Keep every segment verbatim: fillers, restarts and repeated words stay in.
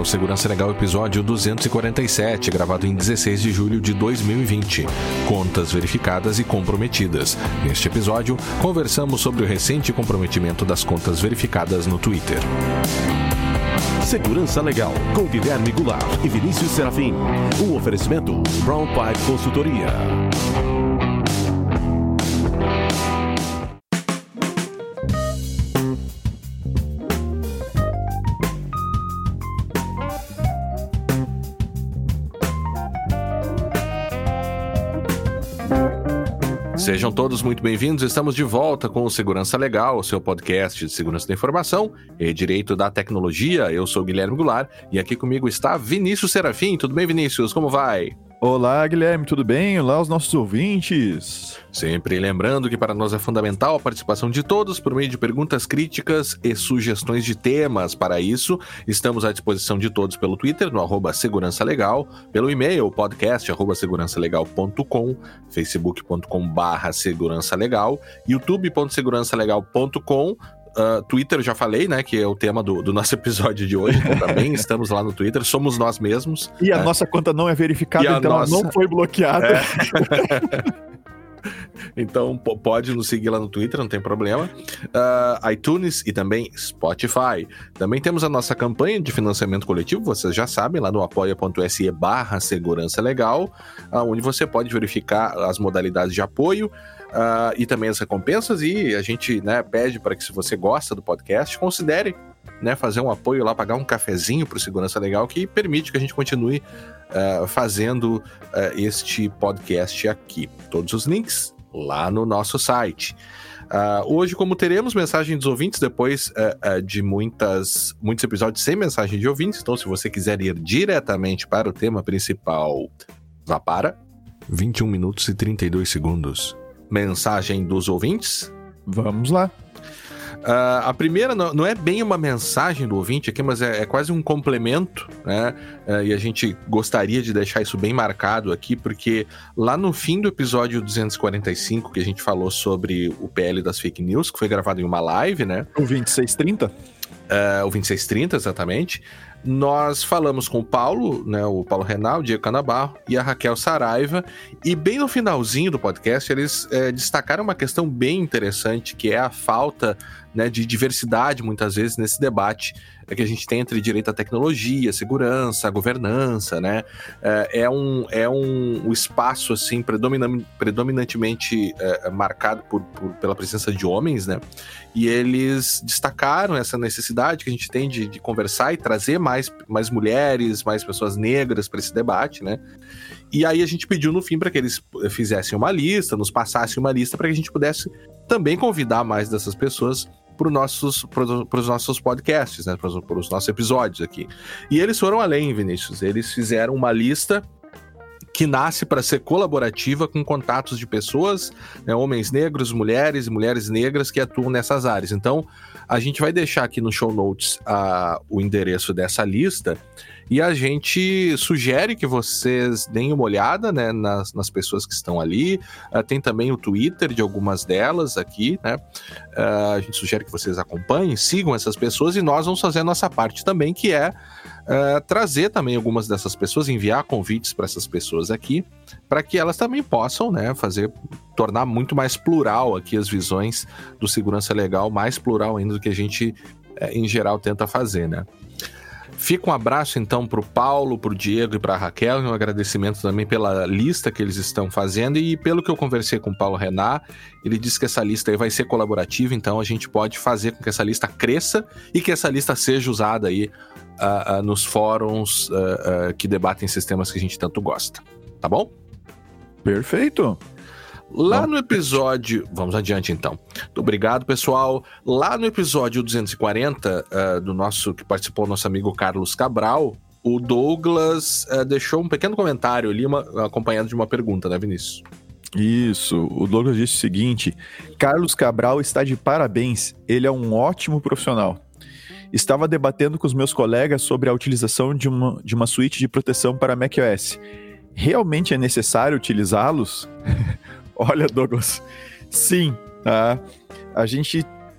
Segurança Legal episódio duzentos e quarenta e sete, gravado em dezesseis de julho de dois mil e vinte. Contas verificadas e comprometidas. Neste episódio, conversamos sobre o recente comprometimento das contas verificadas no Twitter. Segurança Legal, com Guilherme Goulart e Vinícius Serafim. Um oferecimento Brown Pipe Consultoria. Sejam todos muito bem-vindos, estamos de volta com o Segurança Legal, o seu podcast de segurança da informação e direito da tecnologia. Eu sou o Guilherme Goulart e aqui comigo está Vinícius Serafim. Tudo bem, Vinícius? Como vai? Olá, Guilherme, tudo bem? Olá, os nossos ouvintes. Sempre lembrando que para nós é fundamental a participação de todos por meio de perguntas, críticas e sugestões de temas. Para isso, estamos à disposição de todos pelo Twitter, no arroba Segurança Legal, pelo e-mail, podcast, arroba segurança legal ponto com, facebook ponto com barra segurança legal, youtube ponto segurança legal ponto com, Uh, Twitter, já falei, né, que é o tema do, do nosso episódio de hoje, então também estamos lá no Twitter, somos nós mesmos. E a né? Nossa conta não é verificada, então nossa... ela não foi bloqueada. É. Então pode nos seguir lá no Twitter, não tem problema. Uh, iTunes e também Spotify. Também temos a nossa campanha de financiamento coletivo, vocês já sabem, lá no apoia.se barra segurança legal, onde você pode verificar as modalidades de apoio, Uh, e também as recompensas, e a gente, né, pede para que, se você gosta do podcast, considere, né, fazer um apoio lá, pagar um cafezinho para o Segurança Legal, que permite que a gente continue uh, fazendo uh, este podcast aqui. Todos os links lá no nosso site. Uh, hoje, como teremos mensagem dos ouvintes, depois uh, uh, de muitas, muitos episódios sem mensagem de ouvintes, então se você quiser ir diretamente para o tema principal, vá para vinte e um minutos e trinta e dois segundos. Mensagem dos ouvintes? Vamos lá. Uh, a primeira não, não é bem uma mensagem do ouvinte aqui, mas é, é quase um complemento, né? Uh, e a gente gostaria de deixar isso bem marcado aqui, porque lá no fim do episódio duzentos e quarenta e cinco, que a gente falou sobre o P L das fake news, que foi gravado em uma live, né? O vinte e seis trinta? Uh, o vinte e seis trinta, exatamente. Nós falamos com o Paulo, né, o Paulo Renal, o Diego Canabarro e a Raquel Saraiva, e bem no finalzinho do podcast eles é, destacaram uma questão bem interessante, que é a falta, né, de diversidade, muitas vezes, nesse debate que a gente tem entre direito à tecnologia, segurança, governança, né? É, é, um, é um, um espaço, assim, predominam, predominantemente é, marcado por, por, pela presença de homens, né? E eles destacaram essa necessidade que a gente tem de, de conversar e trazer mais, mais mulheres, mais pessoas negras para esse debate, né? E aí a gente pediu no fim para que eles fizessem uma lista, nos passassem uma lista para que a gente pudesse também convidar mais dessas pessoas para os nossos, nossos podcasts, né? Para os nossos episódios aqui. E eles foram além, Vinícius. Eles fizeram uma lista que nasce para ser colaborativa, com contatos de pessoas, né, homens negros, mulheres e mulheres negras que atuam nessas áreas. Então, a gente vai deixar aqui no show notes uh, o endereço dessa lista, e a gente sugere que vocês deem uma olhada, né, nas, nas pessoas que estão ali. Uh, tem também o Twitter de algumas delas aqui, né? Uh, a gente sugere que vocês acompanhem, sigam essas pessoas, e nós vamos fazer a nossa parte também, que é uh, trazer também algumas dessas pessoas, enviar convites para essas pessoas aqui, para que elas também possam, né, fazer, tornar muito mais plural aqui as visões do Segurança Legal, mais plural ainda do que a gente, uh, em geral, tenta fazer, né? Fica um abraço, então, para o Paulo, para o Diego e para a Raquel, e um agradecimento também pela lista que eles estão fazendo, e pelo que eu conversei com o Paulo Renat, ele disse que essa lista aí vai ser colaborativa, então a gente pode fazer com que essa lista cresça e que essa lista seja usada aí uh, uh, nos fóruns uh, uh, que debatem sistemas que a gente tanto gosta, tá bom? Perfeito! Lá Bom. no episódio... Vamos adiante, então. Muito obrigado, pessoal. Lá no episódio duzentos e quarenta, uh, do nosso, que participou o nosso amigo Carlos Cabral, o Douglas uh, deixou um pequeno comentário ali, uma, acompanhado de uma pergunta, né, Vinícius? Isso. O Douglas disse o seguinte: Carlos Cabral está de parabéns. Ele é um ótimo profissional. Estava debatendo com os meus colegas sobre a utilização de uma, de uma suíte de proteção para macOS. Realmente é necessário utilizá-los? Olha, Douglas, sim, tá? A gente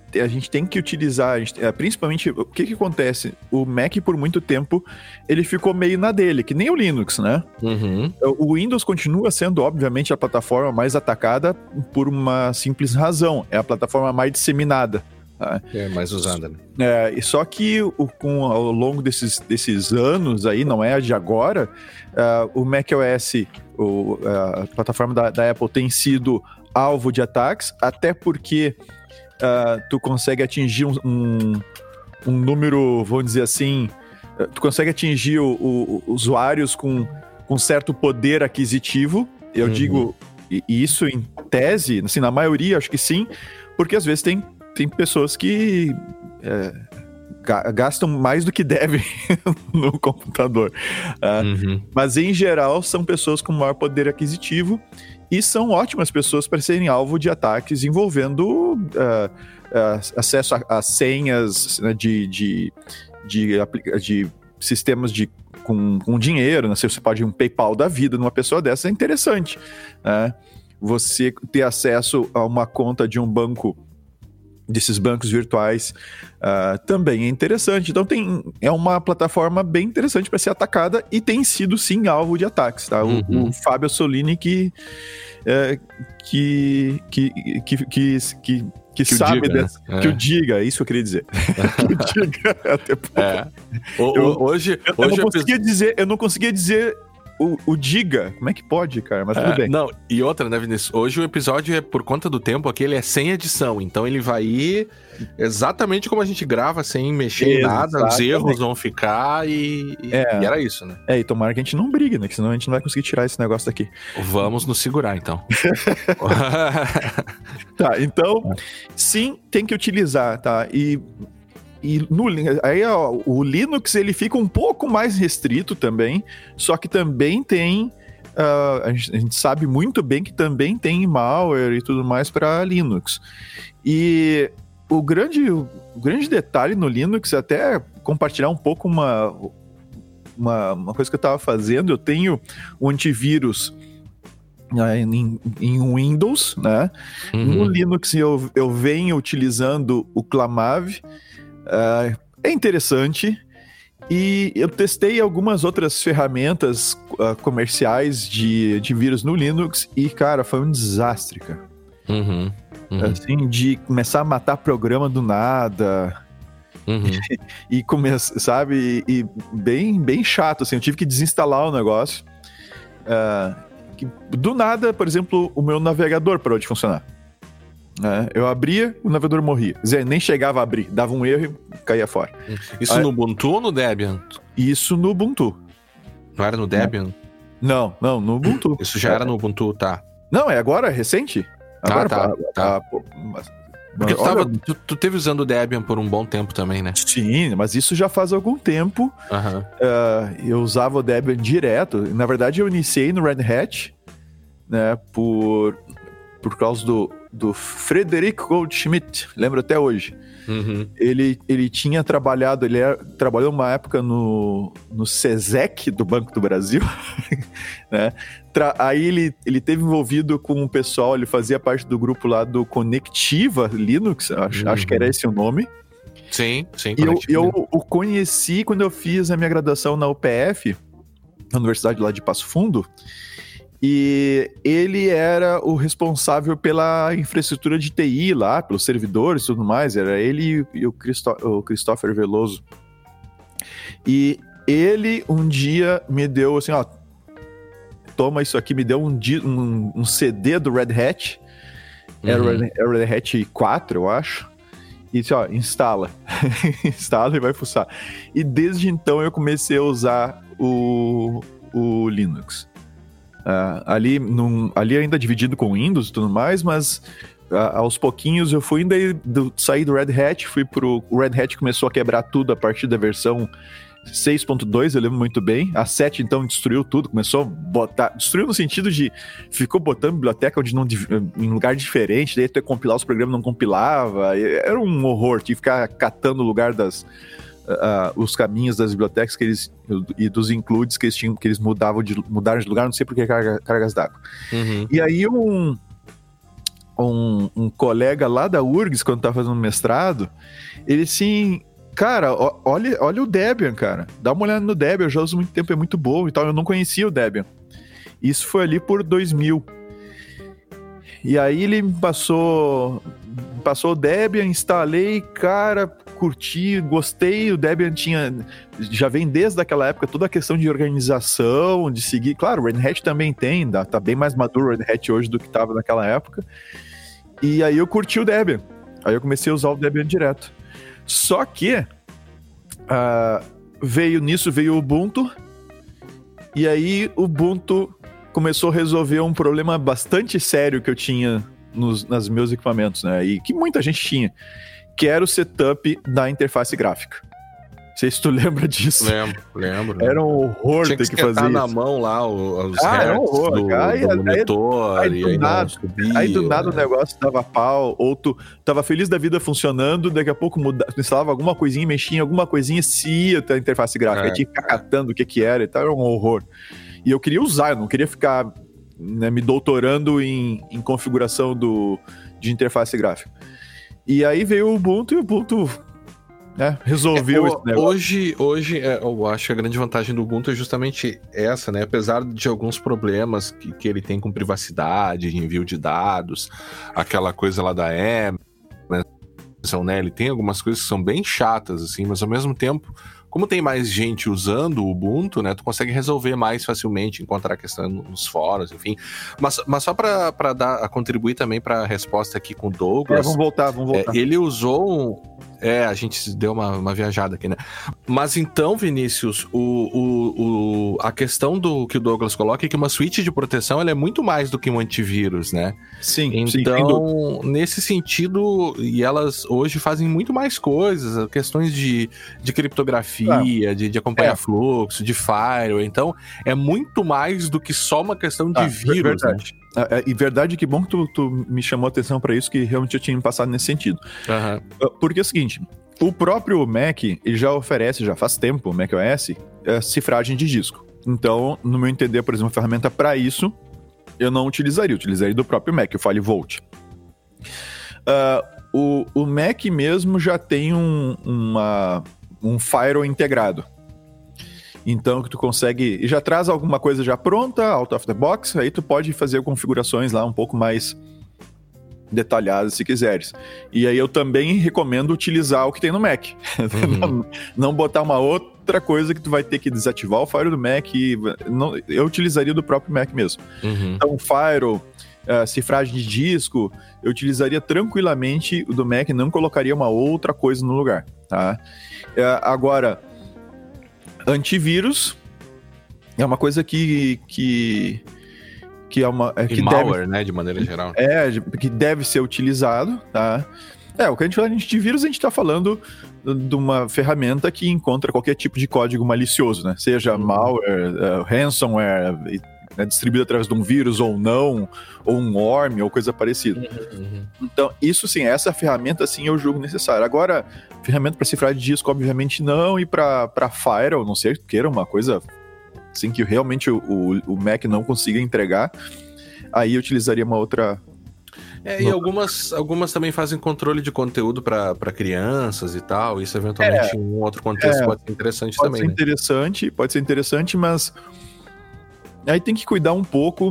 a gente tem que utilizar, a gente, é, principalmente, o que que acontece? O Mac, por muito tempo, ele ficou meio na dele, que nem o Linux, né? Uhum. O Windows continua sendo, obviamente, a plataforma mais atacada por uma simples razão. É a plataforma mais disseminada. Tá? É mais usada, né? É, e só que o, com, ao longo desses, desses anos aí, não é de agora, uh, o macOS, o, a plataforma da, da Apple, tem sido alvo de ataques, até porque uh, tu consegue atingir um, um, um número, vamos dizer assim, uh, tu consegue atingir o, o, usuários com, com certo poder aquisitivo. Eu uhum. digo e, isso em tese, assim, na maioria, acho que sim, porque às vezes tem Tem pessoas que é, gastam mais do que devem no computador. Uh, uhum. Mas, em geral, são pessoas com maior poder aquisitivo e são ótimas pessoas para serem alvo de ataques envolvendo uh, uh, acesso a, a senhas, né, de, de, de, de sistemas de, com, com dinheiro. Né? Você pode ir um PayPal da vida numa pessoa dessa, é interessante. Né? Você ter acesso a uma conta de um banco, desses bancos virtuais, uh, também é interessante. Então tem, é uma plataforma bem interessante para ser atacada e tem sido sim alvo de ataques, tá? Uhum. O, o Fábio Solini que, uh, que, que, que, que, que, que, que sabe diga, dessa, né? que é. o diga, isso eu queria dizer. Que o diga até pouco. É. O, eu, hoje, eu, hoje eu, não conseguia dizer, eu não conseguia dizer O, o diga, como é que pode, cara? Mas tudo é, bem. Não, e outra, né, Vinícius? Hoje o episódio é por conta do tempo aqui, ele é sem edição. Então ele vai ir exatamente como a gente grava, sem mexer em nada. Os erros vão ficar e, e, é. e era isso, né? É, e tomara que a gente não brigue, né? Que senão a gente não vai conseguir tirar esse negócio daqui. Vamos nos segurar, então. Tá, então, sim, tem que utilizar, tá? E... E no, aí ó, o Linux ele fica um pouco mais restrito também, só que também tem, uh, a, gente, a gente sabe muito bem que também tem malware e tudo mais para Linux. E o grande, o grande detalhe no Linux, até compartilhar um pouco uma, uma, uma coisa que eu estava fazendo, eu tenho um antivírus né, em, em Windows, né? Uhum. No Linux eu, eu venho utilizando o Clamav. Uh, é interessante e eu testei algumas outras ferramentas uh, comerciais de, de vírus no Linux e, cara, foi um desastre, cara. Uhum, uhum. Assim, de começar a matar programa do nada uhum. e, e começar, sabe, e, e bem, bem chato, assim, eu tive que desinstalar o negócio. Uh, que, do nada, por exemplo, o meu navegador parou de funcionar. É, eu abria, o navegador morria. Quer dizer, nem chegava a abrir, dava um erro e caía fora. Isso Aí, no Ubuntu ou no Debian? Isso no Ubuntu. Não era no Debian? Não, não, no Ubuntu. Isso já é. era no Ubuntu, tá. Não, é agora, é recente. Agora, ah, tá, a, tá. A, pô, mas, Porque tu, tava, tu, tu teve usando o Debian por um bom tempo também, né? Sim, mas isso já faz algum tempo. Uhum. Uh, eu usava o Debian direto. Na verdade, eu iniciei no Red Hat, né, por, por causa do do Frederic Goldschmidt, lembro até hoje. Uhum. Ele, ele tinha trabalhado, ele era, trabalhou uma época no, no SESEC do Banco do Brasil, né? Tra, aí ele, ele teve envolvido com o pessoal, ele fazia parte do grupo lá do Conectiva Linux, acho, uhum. acho que era esse o nome. Sim, sim. E eu, eu o conheci quando eu fiz a minha graduação na U P F, na Universidade lá de Passo Fundo. E ele era o responsável pela infraestrutura de T I lá, pelos servidores e tudo mais. Era ele e o, Christo- o Christopher Veloso. E ele um dia me deu assim, ó, toma isso aqui, me deu um, um, um C D do Red Hat. Era o uhum. Red, Red Hat quatro, eu acho. E disse, ó, instala. Instala e vai fuçar. E desde então eu comecei a usar o, o Linux. Uh, ali, num, ali ainda dividido com Windows e tudo mais, mas uh, aos pouquinhos eu fui ainda do, saí do Red Hat, fui pro o Red Hat, começou a quebrar tudo a partir da versão seis ponto dois, eu lembro muito bem. A sete então destruiu tudo, começou a botar, destruiu no sentido de ficou botando biblioteca onde não, em lugar diferente, daí tu ia compilar os programas, não compilava, era um horror, tinha que ficar catando o lugar das Uh, os caminhos das bibliotecas que eles, e dos includes que eles tinham, que eles mudavam de, mudaram de lugar, não sei por que carga, cargas d'água. Uhum. E aí um, um, um colega lá da U R G S, quando tava fazendo mestrado, ele assim, cara, ó, olha, olha o Debian, cara. Dá uma olhada no Debian, eu já uso muito tempo, é muito bom e tal. Eu não conhecia o Debian. Isso foi ali por dois mil. E aí ele me passou, passou o Debian, instalei, cara, curti, gostei. O Debian tinha, já vem desde aquela época toda a questão de organização, de seguir. Claro, o Red Hat também tem, tá bem mais maduro o Red Hat hoje do que estava naquela época. E aí eu curti o Debian. Aí eu comecei a usar o Debian direto. Só que uh, veio nisso, veio o Ubuntu. E aí o Ubuntu começou a resolver um problema bastante sério que eu tinha nos, nos meus equipamentos, né? E que muita gente tinha, que era o setup da interface gráfica. Não sei se tu lembra disso. Lembro, lembro. Era um horror Tinha ter que, que fazer isso. na mão lá os ah, era um hertz horror. do, aí, do aí, monitor, aí, aí, e do aí, nada, subia, aí do nada né? o negócio dava pau, ou tu tava feliz da vida funcionando, daqui a pouco muda, instalava alguma coisinha, mexia em alguma coisinha, se ia a interface gráfica, É. tinha que ficar catando o que que era e tal, era um horror. E eu queria usar, eu não queria ficar, né, me doutorando em, em configuração do, de interface gráfica. E aí veio o Ubuntu e o Ubuntu, né, resolveu É, esse negócio. Hoje, hoje é, eu acho que a grande vantagem do Ubuntu é justamente essa, né? Apesar de alguns problemas que, que ele tem com privacidade, de envio de dados, aquela coisa lá da Amazon, né? Ele tem algumas coisas que são bem chatas, assim, mas ao mesmo tempo, como tem mais gente usando o Ubuntu, né? Tu consegue resolver mais facilmente, encontrar a questão nos fóruns, enfim. Mas, mas só para para dar a contribuir também para a resposta aqui com o Douglas. É, vamos voltar, vamos voltar. É, ele usou um... É, a gente deu uma, uma viajada aqui, né? Mas então, Vinícius, o, o, o, a questão do que o Douglas coloca é que uma suíte de proteção ela é muito mais do que um antivírus, né? Sim, Então, sim, nesse sentido, e elas hoje fazem muito mais coisas, questões de, de criptografia, ah, de, de acompanhar é. fluxo, de firewall. Então, é muito mais do que só uma questão de ah, vírus, verdade. Né? E verdade, que bom que tu, tu me chamou a atenção para isso, que realmente eu tinha me passado nesse sentido. Uhum. Porque é o seguinte, o próprio Mac, ele já oferece, já faz tempo, o macOS, é, cifragem de disco. Então, no meu entender, por exemplo, uma ferramenta para isso, eu não utilizaria, eu utilizaria do próprio Mac, o FileVault. Uh, o, o Mac mesmo já tem um, uma, um firewall integrado. Então, que tu consegue... E já traz alguma coisa já pronta, out of the box, aí tu pode fazer configurações lá um pouco mais detalhadas, se quiseres. E aí eu também recomendo utilizar o que tem no Mac. Uhum. não, não botar uma outra coisa que tu vai ter que desativar o firewall do Mac. E não, eu utilizaria do próprio Mac mesmo. Uhum. Então, firewall, uh, cifragem de disco, eu utilizaria tranquilamente o do Mac, não colocaria uma outra coisa no lugar, tá? Uh, agora... Antivírus é uma coisa que que, que é uma... É, que e malware, deve, né, de maneira geral. É, que deve ser utilizado, tá? É, o que a gente fala de antivírus, a gente tá falando de uma ferramenta que encontra qualquer tipo de código malicioso, né? Seja uhum. malware, uh, ransomware, né, distribuído através de um vírus ou não, ou um worm, ou coisa parecida. Uhum. Então, isso sim, essa ferramenta sim eu julgo necessária. Agora, ferramenta para cifrar de disco, obviamente não, e para firewall, não sei, queira uma coisa assim que realmente o, o, o Mac não consiga entregar, aí eu utilizaria uma outra... É, e algumas, algumas também fazem controle de conteúdo para crianças e tal, isso eventualmente é, em um outro contexto é, pode ser interessante pode também. Ser né? interessante, pode ser interessante, mas aí tem que cuidar um pouco,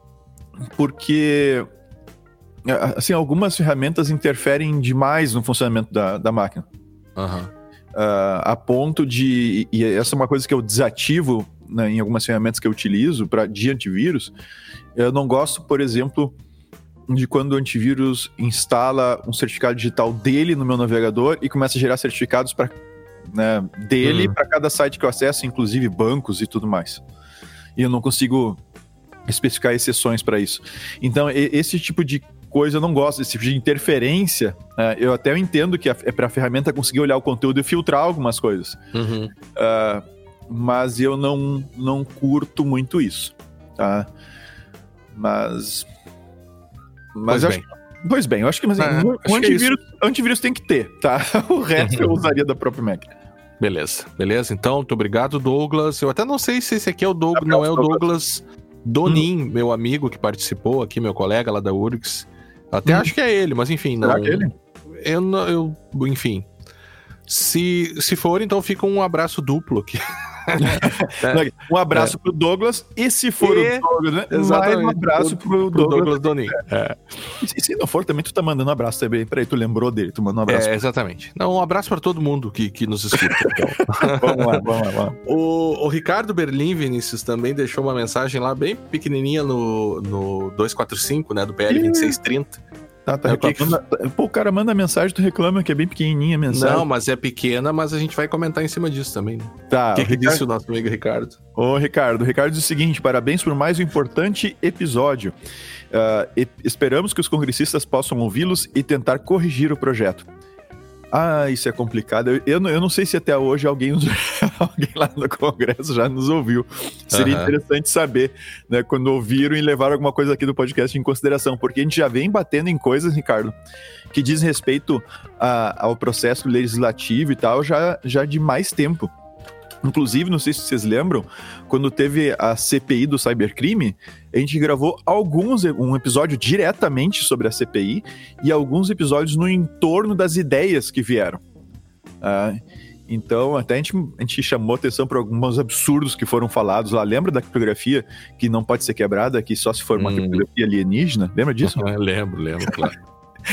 porque assim, algumas ferramentas interferem demais no funcionamento da, da máquina. Uhum. Uh, a ponto de... E essa é uma coisa que eu desativo, né, em algumas ferramentas que eu utilizo pra, de antivírus. Eu não gosto, por exemplo, de quando o antivírus instala um certificado digital dele no meu navegador e começa a gerar certificados pra, né, dele uhum. para cada site que eu acesso, inclusive bancos e tudo mais. E eu não consigo especificar exceções para isso. Então, esse tipo de coisa eu não gosto, esse tipo de interferência. Uh, eu até entendo que é para a ferramenta conseguir olhar o conteúdo e filtrar algumas coisas. Uhum. Uh, mas eu não, não curto muito isso, tá? Mas... Mas pois, eu bem. Acho, pois bem, eu acho que, mas, é, um, acho um antivírus, é antivírus tem que ter, tá? O resto eu usaria da própria Mac. Beleza, beleza. Então, muito obrigado, Douglas. Eu até não sei se esse aqui é o Douglas, não é o Douglas Donin, hum. meu amigo que participou aqui, meu colega lá da U R G S. Até Hum. acho que é ele, mas enfim, não. Será que é ele? Eu não. Eu, enfim. Se, se for, então fica um abraço duplo aqui. É. Um abraço é. pro Douglas, e se for e... o Douglas, né? Exatamente. Mais um abraço pro, pro Douglas, Douglas Donin. É. E se não for, também tu tá mandando um abraço também. Peraí, tu lembrou dele, tu mandou um abraço. É, exatamente. Não, um abraço pra todo mundo que, que nos escuta. Então. vamos lá, vamos lá. Vamos lá. O, o Ricardo Berlim, Vinícius, também deixou uma mensagem lá bem pequenininha no, no duzentos e quarenta e cinco, né, do P L vinte e seis trinta. Tá, tá reclamando. Que... Pô, o cara manda mensagem, tu reclama que é bem pequenininha a mensagem. Não, mas é pequena, mas a gente vai comentar em cima disso também, né? Tá. O que, que Ricardo... disse o nosso amigo Ricardo? Ô, Ricardo, o Ricardo diz o seguinte: parabéns por mais um importante episódio. Uh, e esperamos que os congressistas possam ouvi-los e tentar corrigir o projeto. Ah, isso é complicado. Eu, eu, não, eu não sei se até hoje alguém, alguém lá no Congresso já nos ouviu. Seria uhum. interessante saber, né, quando ouviram e levaram alguma coisa aqui do podcast em consideração, porque a gente já vem batendo em coisas, Ricardo, que diz respeito a, ao processo legislativo e tal, já, já de mais tempo. Inclusive, não sei se vocês lembram, quando teve a C P I do cybercrime, a gente gravou alguns, um episódio diretamente sobre a C P I e alguns episódios no entorno das ideias que vieram. Ah, então, até a gente, a gente chamou atenção para alguns absurdos que foram falados lá. Lembra da criptografia que não pode ser quebrada, que só se for uma hum. criptografia alienígena? Lembra disso? Ah, lembro, lembro, claro.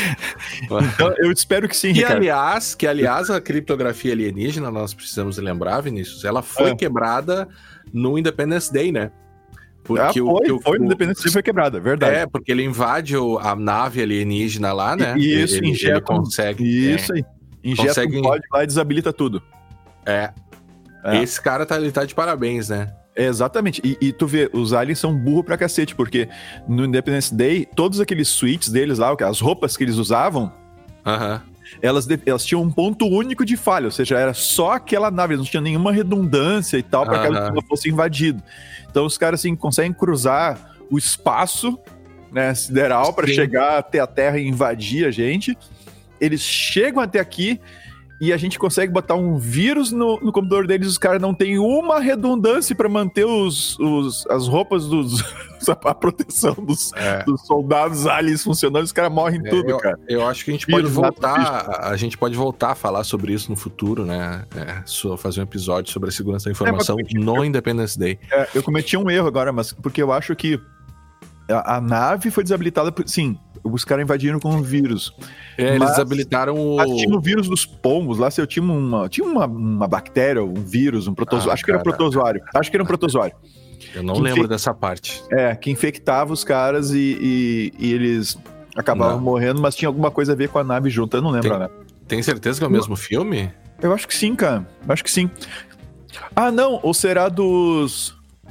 Então, eu espero que sim, que, Ricardo. aliás, que, aliás, a criptografia alienígena, nós precisamos lembrar, Vinícius, ela foi é. quebrada no Independence Day, né? Porque ah, foi, o, foi o, no Independence Day foi quebrada, verdade. É, porque ele invade o, a nave alienígena lá, né? E isso, ele, injeta ele consegue. Isso é, aí. Injeta consegue, um código lá e desabilita tudo. É. é. Esse cara tá, ele tá de parabéns, né? É, exatamente, e, e tu vê, os aliens são burro pra cacete, porque no Independence Day, todos aqueles suítes deles lá, as roupas que eles usavam, uh-huh. elas, elas tinham um ponto único de falha, ou seja, era só aquela nave, eles não tinham nenhuma redundância e tal, pra uh-huh. que ela fosse invadida. Então os caras assim, conseguem cruzar o espaço, né, sideral para chegar até a Terra e invadir a gente. Eles chegam até aqui e a gente consegue botar um vírus no, no computador deles, os caras não têm uma redundância para manter os, os, as roupas dos... a proteção dos, é. dos soldados aliens funcionando, os caras morrem é, tudo, eu, cara. Eu acho que a gente vírus, pode voltar, a gente pode voltar a falar sobre isso no futuro, né? É, fazer um episódio sobre a segurança da informação é, no eu, Independence Day. É, eu cometi um erro agora, mas porque eu acho que a, a nave foi desabilitada, por, sim, os caras invadiram com um vírus. É, eles desabilitaram o... Mas tinha o vírus dos pombos, lá se eu tinha uma, tinha uma, uma bactéria, um vírus, um protozoário, ah, acho cara, que era um protozoário, acho que era um protozoário. Eu não que lembro infe... dessa parte. É, que infectava os caras e, e, e eles acabavam não. morrendo, mas tinha alguma coisa a ver com a nave junto, eu não lembro, tem, né? Tem certeza que é o mesmo filme? Eu acho que sim, cara, eu acho que sim. Ah, não, ou será dos...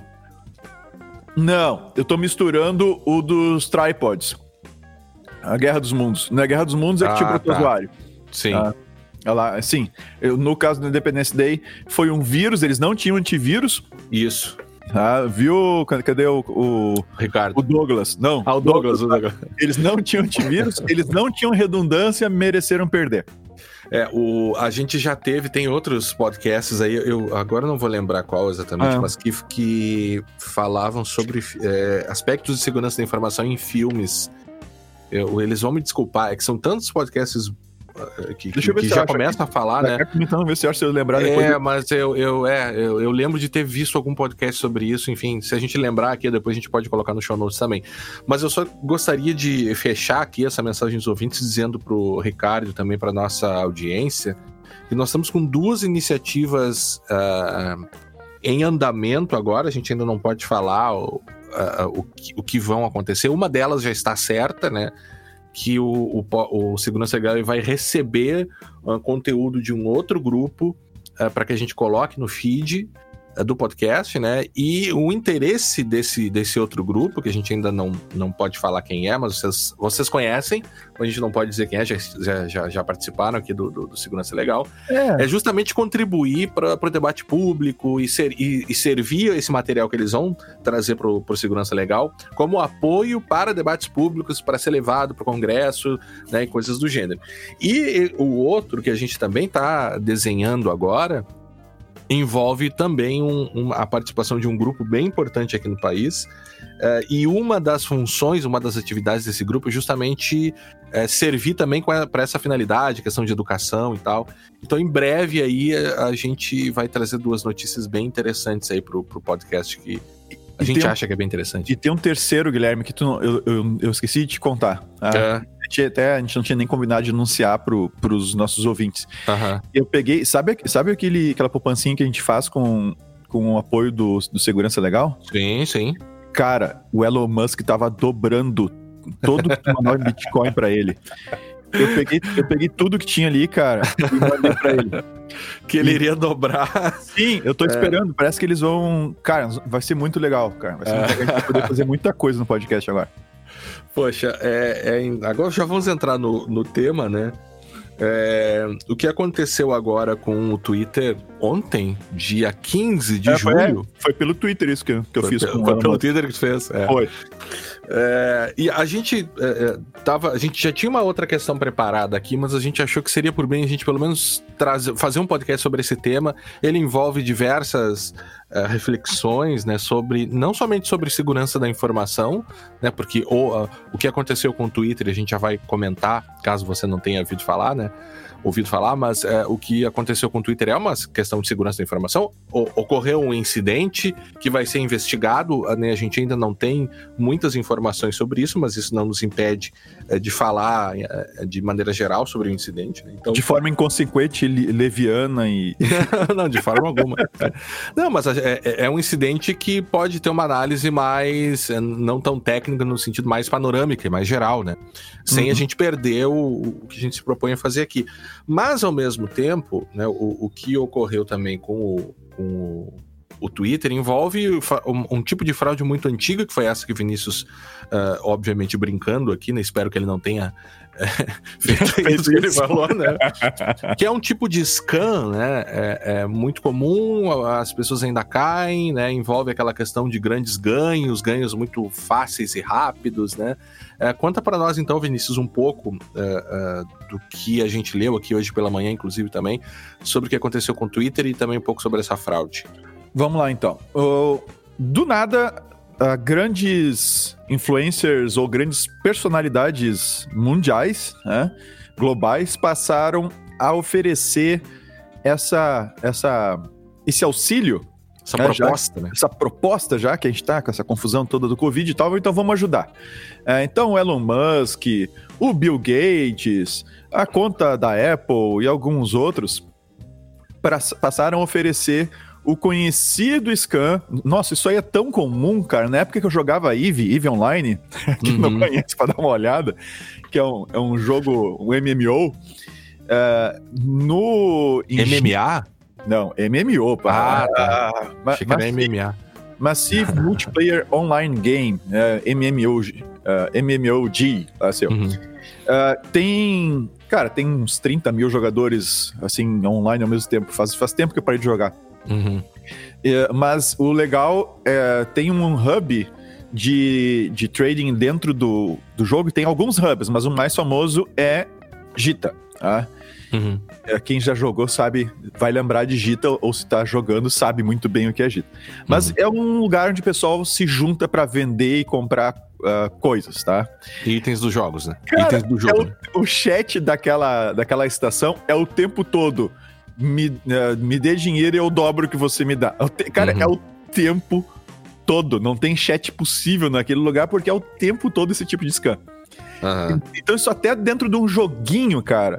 Não, eu tô misturando o dos tripods. A Guerra dos Mundos. Na Guerra dos Mundos é que ah, tinha o protozoário. Tá. Sim. Ah, ela, sim. Eu, no caso do Independence Day, foi um vírus, eles não tinham antivírus. Isso. Ah, viu? Cadê o, o... Ricardo. O Douglas. Não. Ah, o Douglas. O Douglas. Eles não tinham antivírus, eles não tinham redundância, mereceram perder. É, o, a gente já teve, tem outros podcasts aí, eu agora não vou lembrar qual exatamente, ah. mas que, que falavam sobre é, aspectos de segurança da informação em filmes. Eu, eles vão me desculpar, é que são tantos podcasts uh, que, que, que já começam a falar, né? Comentando, ver se eu lembrar depois. É, de... mas eu, eu, é, eu, eu lembro de ter visto algum podcast sobre isso, enfim, se a gente lembrar aqui, depois a gente pode colocar no show notes também. Mas eu só gostaria de fechar aqui essa mensagem dos ouvintes, dizendo pro Ricardo e também pra nossa audiência, que nós estamos com duas iniciativas uh, em andamento agora, a gente ainda não pode falar... O, Uh, o, que, o que vão acontecer. Uma delas já está certa, né? Que o, o, o Segurança Legal vai receber uh, conteúdo de um outro grupo uh, para que a gente coloque no feed uh, do podcast, né? E o interesse desse, desse outro grupo, que a gente ainda não, não pode falar quem é, mas vocês, vocês conhecem, a gente não pode dizer quem é, já, já, já participaram aqui do, do, do Segurança Legal, é, é justamente contribuir para o debate público e, ser, e, e servir esse material que eles vão trazer para o Segurança Legal como apoio para debates públicos, para ser levado para o Congresso, né, e coisas do gênero. E o outro que a gente também está desenhando agora envolve também um, um, a participação de um grupo bem importante aqui no país. Uh, e uma das funções, uma das atividades desse grupo é justamente uh, servir também para essa finalidade, questão de educação e tal. Então, em breve aí a, a gente vai trazer duas notícias bem interessantes aí pro, pro podcast que a e gente um, acha que é bem interessante. E tem um terceiro, Guilherme, que tu não, eu, eu, eu esqueci de te contar. Ah, é. a, gente, até, a gente não tinha nem combinado de anunciar pro, pros nossos ouvintes. Uhum. Eu peguei, sabe, sabe aquele, aquela poupancinha que a gente faz com, com o apoio do, do Segurança Legal? Sim, sim. Cara, o Elon Musk tava dobrando todo o que mandava em Bitcoin pra ele. Eu peguei, eu peguei tudo que tinha ali, cara, e mandei pra ele. Que ele iria dobrar. Sim, eu tô é. esperando. Parece que eles vão... Cara, vai ser muito legal, cara. Vai ser muito legal. A gente vai poder fazer muita coisa no podcast agora. Poxa, é, é... agora já vamos entrar no, no tema, né? É... O que aconteceu agora com o Twitter ontem, dia quinze de é, julho... Foi, é, foi pelo Twitter isso que eu, que eu foi fiz. Pe- com foi pelo Twitter que tu fez. É. Foi. É, e a gente é, tava, a gente já tinha uma outra questão preparada aqui, mas a gente achou que seria por bem a gente pelo menos trazer, fazer um podcast sobre esse tema. Ele envolve diversas é, reflexões, né, sobre, não somente sobre segurança da informação, né, porque o, a, o que aconteceu com o Twitter a gente já vai comentar, caso você não tenha ouvido falar, né, ouvido falar, mas é, o que aconteceu com o Twitter é uma questão de segurança da informação. O, ocorreu um incidente que vai ser investigado, né, a gente ainda não tem muitas informações sobre isso, mas isso não nos impede é, de falar é, de maneira geral sobre o incidente. Né? Então, de forma inconsequente, leviana e... não, de forma alguma. Não, mas é, é um incidente que pode ter uma análise mais, não tão técnica, no sentido mais panorâmica e mais geral, né? Sem uhum. a gente perder o, o que a gente se propõe a fazer aqui. Mas, ao mesmo tempo, né, o, o que ocorreu também com o, com o, o Twitter envolve um, um tipo de fraude muito antiga, que foi essa que o Vinícius, uh, obviamente, brincando aqui, né? Espero que ele não tenha é, feito isso que ele falou, né? Que é um tipo de scam, né? É, é muito comum, as pessoas ainda caem, né? Envolve aquela questão de grandes ganhos, ganhos muito fáceis e rápidos, né? É, conta para nós então, Vinícius, um pouco uh, uh, do que a gente leu aqui hoje pela manhã, inclusive também, sobre o que aconteceu com o Twitter e também um pouco sobre essa fraude. Vamos lá então. Uh, do nada, uh, grandes influencers ou grandes personalidades mundiais, né, globais, passaram a oferecer essa, essa, esse auxílio. Essa é, proposta, já, né? Essa proposta, já que a gente tá com essa confusão toda do Covid e tal, então vamos ajudar. É, então, o Elon Musk, o Bill Gates, a conta da Apple e alguns outros pra, passaram a oferecer o conhecido scam. Nossa, isso aí é tão comum, cara. Na época que eu jogava Eve, Eve Online, quem uhum. não conhece pra dar uma olhada, que é um, é um jogo, um M M O, é, no... M M A? Não, M M O, pá. Ah, tá. Ah, Achei que era M M A. Massive Multiplayer Online Game, uh, M M O, uh, M M O G, assim, uhum. uh, tem, cara, tem uns trinta mil jogadores, assim, online ao mesmo tempo, faz, faz tempo que eu parei de jogar. Uhum. Uh, mas o legal é, tem um hub de, de trading dentro do, do jogo, tem alguns hubs, mas o mais famoso é Gita, tá? Uhum. Quem já jogou sabe, vai lembrar de Gita, ou se tá jogando sabe muito bem o que é Gita. Mas uhum. é um lugar onde o pessoal se junta pra vender e comprar uh, coisas, tá? Itens dos jogos, né? Cara, Itens do jogo. É o, né? o chat daquela, daquela estação é o tempo todo. Me, uh, me dê dinheiro e eu dobro o que você me dá. Cara, uhum. é o tempo todo. Não tem chat possível naquele lugar porque é o tempo todo esse tipo de scam. Uhum. Então isso até dentro de um joguinho, cara,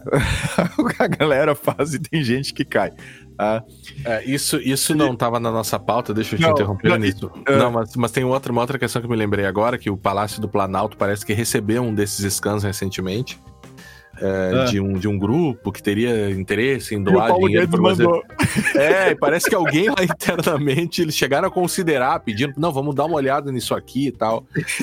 a galera faz e tem gente que cai. Ah. É, isso, isso não estava na nossa pauta, deixa eu te não, interromper não, nisso. Uh... Não, mas, mas tem outra, uma outra questão que eu me lembrei agora, que o Palácio do Planalto parece que recebeu um desses scans recentemente. É, ah. de, um, de um grupo que teria interesse em doar dinheiro para fazer... É, e parece que alguém lá internamente, eles chegaram a considerar, pedindo, não, vamos dar uma olhada nisso aqui e tal.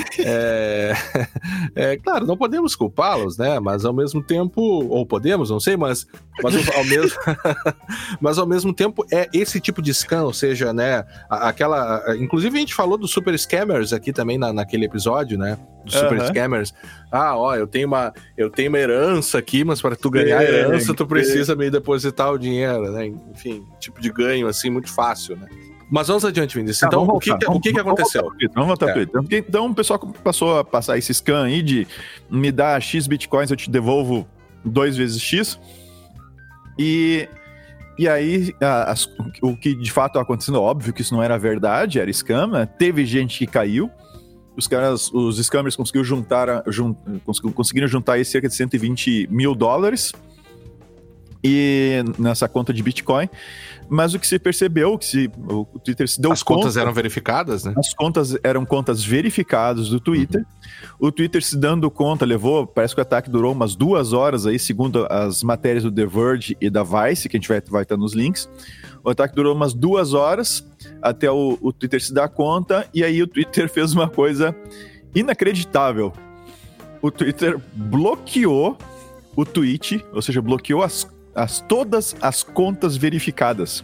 É, é, claro, não podemos culpá-los, né, mas ao mesmo tempo, ou podemos, não sei, mas, mas, ao, mesmo, mas ao mesmo tempo é esse tipo de scam, ou seja, né, aquela... Inclusive a gente falou dos super scammers aqui também na, naquele episódio, né, dos super uhum. scammers. Ah, ó, eu tenho uma, eu tenho uma herança herança aqui, mas para tu ganhar a herança, tu precisa me depositar o dinheiro, né? Enfim, tipo de ganho, assim, muito fácil, né? Mas vamos adiante, Vinícius. Ah, então, vamos o, que, voltar, que, o que, que vamos, aconteceu? Vamos voltar para o É. Twitter. Então, então, o pessoal passou a passar esse scan aí de me dar X bitcoins, eu te devolvo dois vezes X. E, e aí, as, o que de fato acontecendo, óbvio que isso não era verdade, era scam, né? Teve gente que caiu. Os caras, os scammers conseguiram juntar, jun, conseguiram juntar aí cerca de cento e vinte mil dólares e nessa conta de Bitcoin. Mas o que se percebeu, que se, o Twitter se deu As conta... contas eram verificadas, né? As contas eram contas verificadas do Twitter. Uhum. O Twitter se dando conta, levou... Parece que o ataque durou umas duas horas aí, segundo as matérias do The Verge e da Vice, que a gente vai, vai estar nos links. O ataque durou umas duas horas até o, o Twitter se dar conta. E aí o Twitter fez uma coisa inacreditável. O Twitter bloqueou o tweet, ou seja, bloqueou as As, todas as contas verificadas.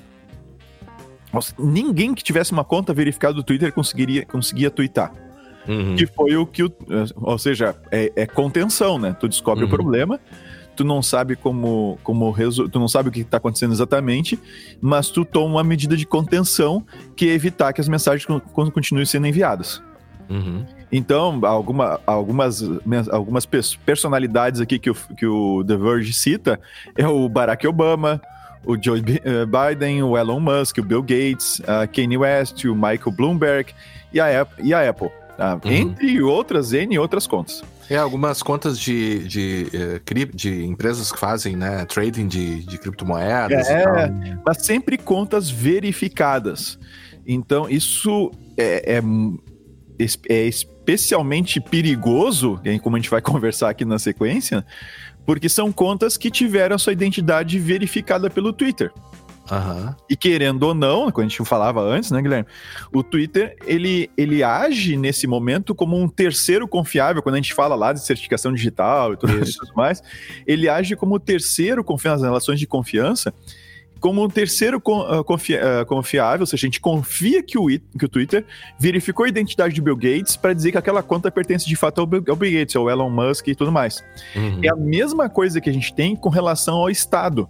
Nossa, ninguém que tivesse uma conta verificada do Twitter conseguiria, conseguia twittar. Uhum. Que foi o que o... Ou seja, é, é contenção, né? Tu descobre uhum. o problema, tu não sabe como... como resol... Tu não sabe o que está acontecendo exatamente, mas tu toma uma medida de contenção que é evitar que as mensagens continuem sendo enviadas. Uhum. Então, alguma, algumas, algumas personalidades aqui que o, que o The Verge cita é o Barack Obama, o Joe Biden, o Elon Musk, o Bill Gates, a Kanye West, o Michael Bloomberg e a, e a Apple, tá? Uhum. Entre outras N outras contas. É, algumas contas de, de, de, de empresas que fazem, né, trading de, de criptomoedas é, e tal. Mas sempre contas verificadas. Então, isso é... é é especialmente perigoso, como a gente vai conversar aqui na sequência, porque são contas que tiveram a sua identidade verificada pelo Twitter. Uhum. E querendo ou não, como a gente falava antes, né, Guilherme? O Twitter, ele, ele age nesse momento como um terceiro confiável, quando a gente fala lá de certificação digital e tudo, e tudo mais, ele age como o terceiro confiável nas relações de confiança, como um terceiro confiável, ou seja, a gente confia que o, que o Twitter verificou a identidade de Bill Gates para dizer que aquela conta pertence de fato ao Bill, ao Bill Gates, ao Elon Musk e tudo mais. Uhum. É a mesma coisa que a gente tem com relação ao Estado.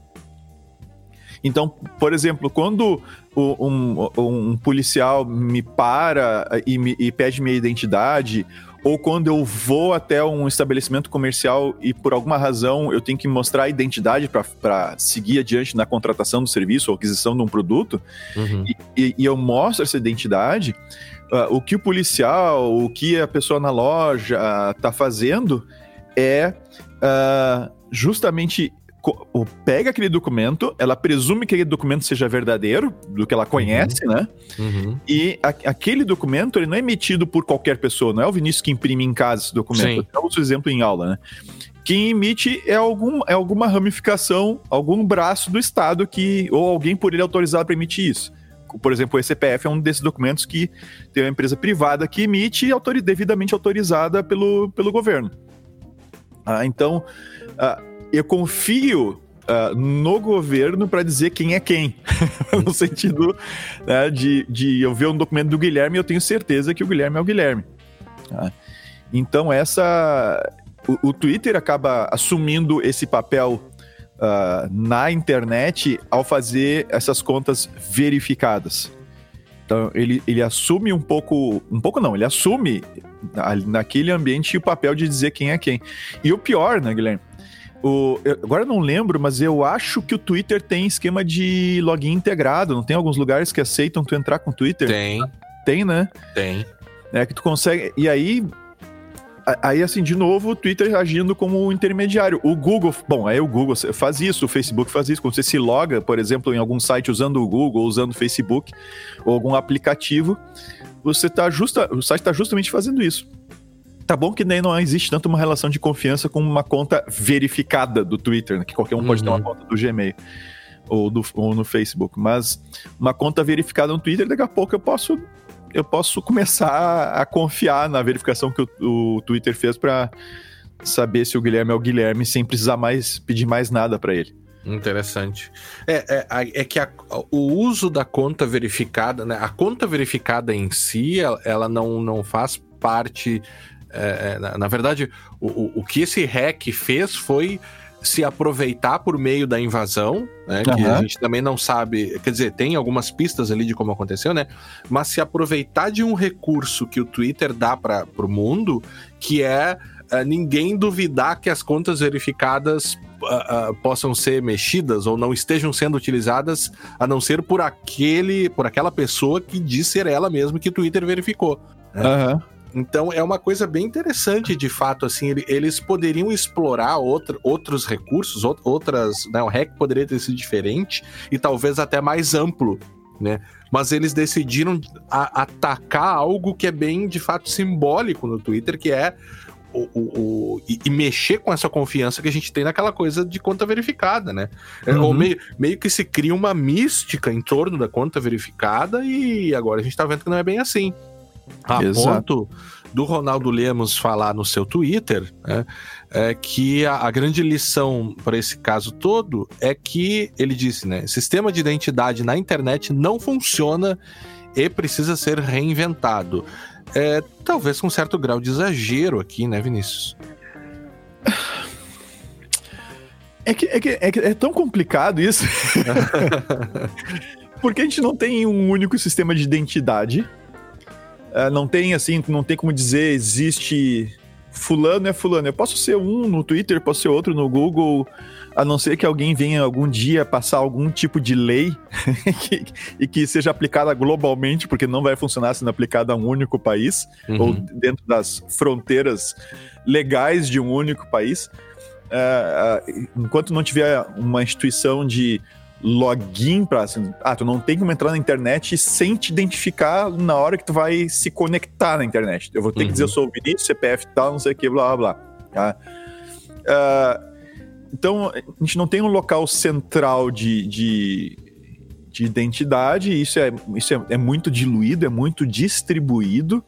Então, por exemplo, quando um, um policial me para e, me, e pede minha identidade, ou quando eu vou até um estabelecimento comercial e por alguma razão eu tenho que mostrar a identidade para seguir adiante na contratação do serviço ou aquisição de um produto, uhum. e, e eu mostro essa identidade, uh, o que o policial, o que a pessoa na loja está uh, fazendo é uh, justamente... pega aquele documento, ela presume que aquele documento seja verdadeiro, do que ela conhece, uhum. né? Uhum. E a, aquele documento, ele não é emitido por qualquer pessoa, não é o Vinícius que imprime em casa esse documento. Eu uso o exemplo em aula, né? Quem emite é, algum, é alguma ramificação, algum braço do Estado que, ou alguém por ele autorizado para emitir isso. Por exemplo, o E C P F é um desses documentos que tem uma empresa privada que emite autori- devidamente autorizada pelo, pelo governo. Ah, então... Ah, eu confio uh, no governo para dizer quem é quem. No sentido, né, de, de eu ver um documento do Guilherme e eu tenho certeza que o Guilherme é o Guilherme. Tá? Então, essa, o, o Twitter acaba assumindo esse papel uh, na internet ao fazer essas contas verificadas. Então, ele, ele assume um pouco... Um pouco não, ele assume naquele ambiente o papel de dizer quem é quem. E o pior, né, Guilherme? O, eu, agora eu não lembro, mas eu acho que o Twitter tem esquema de login integrado. Não tem alguns lugares que aceitam tu entrar com o Twitter? Tem. Tem, né? Tem. É que tu consegue... E aí, aí assim, de novo, o Twitter agindo como intermediário. O Google... Bom, aí o Google faz isso, o Facebook faz isso. Quando você se loga, por exemplo, em algum site usando o Google, usando o Facebook, ou algum aplicativo, você tá justa, o site está justamente fazendo isso. Tá bom que nem não existe tanto uma relação de confiança com uma conta verificada do Twitter, né? Que qualquer um pode uhum. ter uma conta do Gmail ou, do, ou no Facebook, mas uma conta verificada no Twitter, daqui a pouco eu posso, eu posso começar a confiar na verificação que o, o Twitter fez para saber se o Guilherme é o Guilherme sem precisar mais pedir mais nada para ele. Interessante. É, é, é que a, o uso da conta verificada, né? A conta verificada em si, ela, ela não, não faz parte... É, na, na verdade, o, o, o que esse hack fez foi se aproveitar por meio da invasão, né, que Uhum. a gente também não sabe, quer dizer, tem algumas pistas ali de como aconteceu, né, mas se aproveitar de um recurso que o Twitter dá para o mundo, que é uh, ninguém duvidar que as contas verificadas uh, uh, possam ser mexidas ou não estejam sendo utilizadas, a não ser por aquele, por aquela pessoa que diz ser ela mesma que o Twitter verificou. Né? Uhum. Então é uma coisa bem interessante, de fato, assim, eles poderiam explorar outra, outros recursos, outras, né, o hack poderia ter sido diferente e talvez até mais amplo, né, mas eles decidiram a, atacar algo que é bem, de fato, simbólico no Twitter, que é o, o, o e, e mexer com essa confiança que a gente tem naquela coisa de conta verificada, né, uhum. Ou meio, meio que se cria uma mística em torno da conta verificada e agora a gente tá vendo que não é bem assim. A Exato. ponto do Ronaldo Lemos falar no seu Twitter, né, é que a, a grande lição para esse caso todo é que ele disse, né, sistema de identidade na internet não funciona e precisa ser reinventado. É, talvez com um certo grau de exagero aqui, né, Vinícius? É que é, que, é, que é tão complicado isso. Porque a gente não tem um único sistema de identidade. Uh, não tem assim, não tem como dizer existe fulano é fulano. Eu posso ser um no Twitter, posso ser outro no Google, a não ser que alguém venha algum dia passar algum tipo de lei que, e que seja aplicada globalmente, porque não vai funcionar sendo aplicada a um único país, uhum. ou dentro das fronteiras legais de um único país. Uh, uh, enquanto não tiver uma instituição de login para assim, ah, tu não tem como entrar na internet sem te identificar na hora que tu vai se conectar na internet. Eu vou ter uhum. que dizer eu sou o Vinícius, C P F tal, não sei o que, blá, blá, blá. Tá? Uh, então, a gente não tem um local central de, de, de identidade, isso, é, isso é, é muito diluído, é muito distribuído.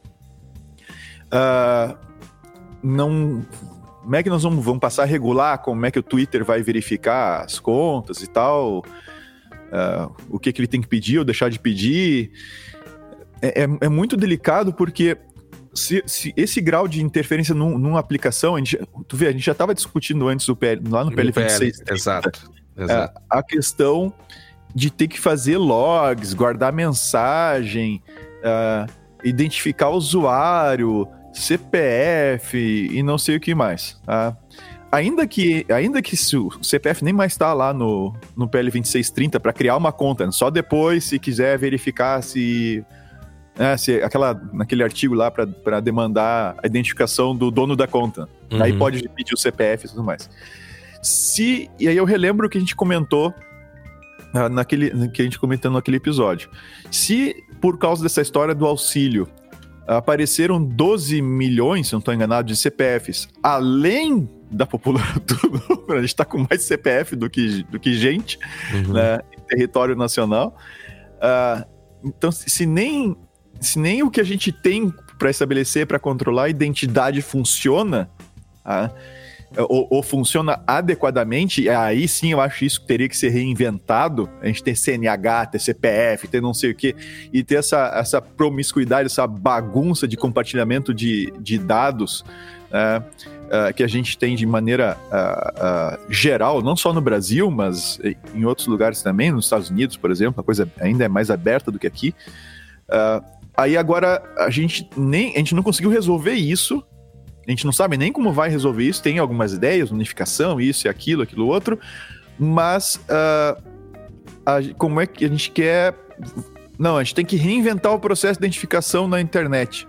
Uh, não... Como é que nós vamos, vamos passar a regular como é que o Twitter vai verificar as contas e tal? Uh, o que, que ele tem que pedir ou deixar de pedir? É, é, é muito delicado porque se, se esse grau de interferência num, numa aplicação, a gente, tu vê, a gente já estava discutindo antes do P L, lá no P L vinte e seis. Exato, exato. Uh, a questão de ter que fazer logs, guardar mensagem, uh, identificar o usuário, C P F e não sei o que mais. Tá? Ainda que, ainda que o C P F nem mais está lá no, no P L vinte e seis trinta para criar uma conta, só depois, se quiser verificar se, né, se aquela, naquele artigo lá para demandar a identificação do dono da conta. Uhum. Aí pode pedir o C P F e tudo mais. Se, e aí eu relembro o que a gente comentou naquele, que a gente comentou naquele episódio. Se por causa dessa história do auxílio apareceram doze milhões, se não estou enganado, de C P Fs, além da população, a gente está com mais C P F do que, do que gente, uhum. né, em território nacional. Uh, então, se nem, se nem o que a gente tem para estabelecer, para controlar a identidade funciona, uh, ou, ou funciona adequadamente, aí sim eu acho isso que teria que ser reinventado, a gente ter C N H, ter C P F, ter não sei o quê, e ter essa, essa promiscuidade, essa bagunça de compartilhamento de, de dados uh, uh, que a gente tem de maneira uh, uh, geral, não só no Brasil, mas em outros lugares também, nos Estados Unidos, por exemplo, a coisa ainda é mais aberta do que aqui. Uh, aí agora a gente, nem, a gente não conseguiu resolver isso. A gente não sabe nem como vai resolver isso, tem algumas ideias, unificação, isso e aquilo, aquilo outro, mas uh, a, como é que a gente quer... Não, a gente tem que reinventar o processo de identificação na internet.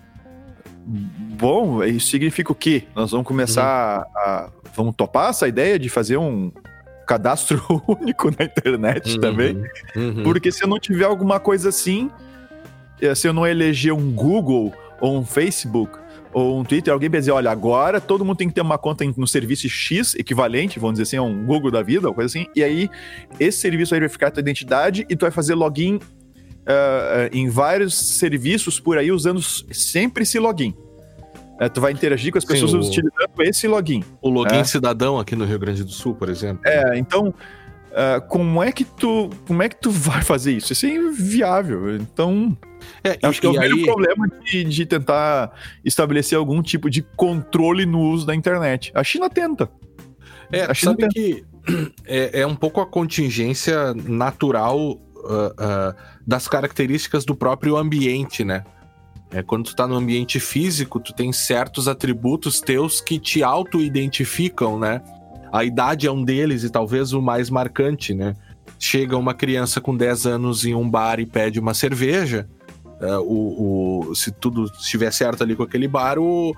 Bom, isso significa o quê? Nós vamos começar uhum. a... Vamos topar essa ideia de fazer um cadastro único na internet uhum. também? Uhum. Porque se eu não tiver alguma coisa assim, se eu não eleger um Google ou um Facebook ou um Twitter, alguém vai dizer, olha, agora todo mundo tem que ter uma conta no serviço X, equivalente, vamos dizer assim, a um Google da vida, ou coisa assim, e aí esse serviço vai verificar a tua identidade e tu vai fazer login uh, em vários serviços por aí, usando sempre esse login. Uh, tu vai interagir com as pessoas Sim, o... utilizando esse login. O login é. cidadão aqui no Rio Grande do Sul, por exemplo. É, então, uh, como é que tu como é que tu vai fazer isso? Isso é inviável. Então... É, Acho e, que é o e mesmo aí... problema de, de tentar estabelecer algum tipo de controle no uso da internet. A China tenta. É, a China sabe tenta. que é, é um pouco a contingência natural uh, uh, das características do próprio ambiente, né? É, quando tu tá no ambiente físico, tu tem certos atributos teus que te auto-identificam, né? A idade é um deles e talvez o mais marcante, né? Chega uma criança com dez anos em um bar e pede uma cerveja, uh, o, o, se tudo estiver certo ali com aquele bar, o,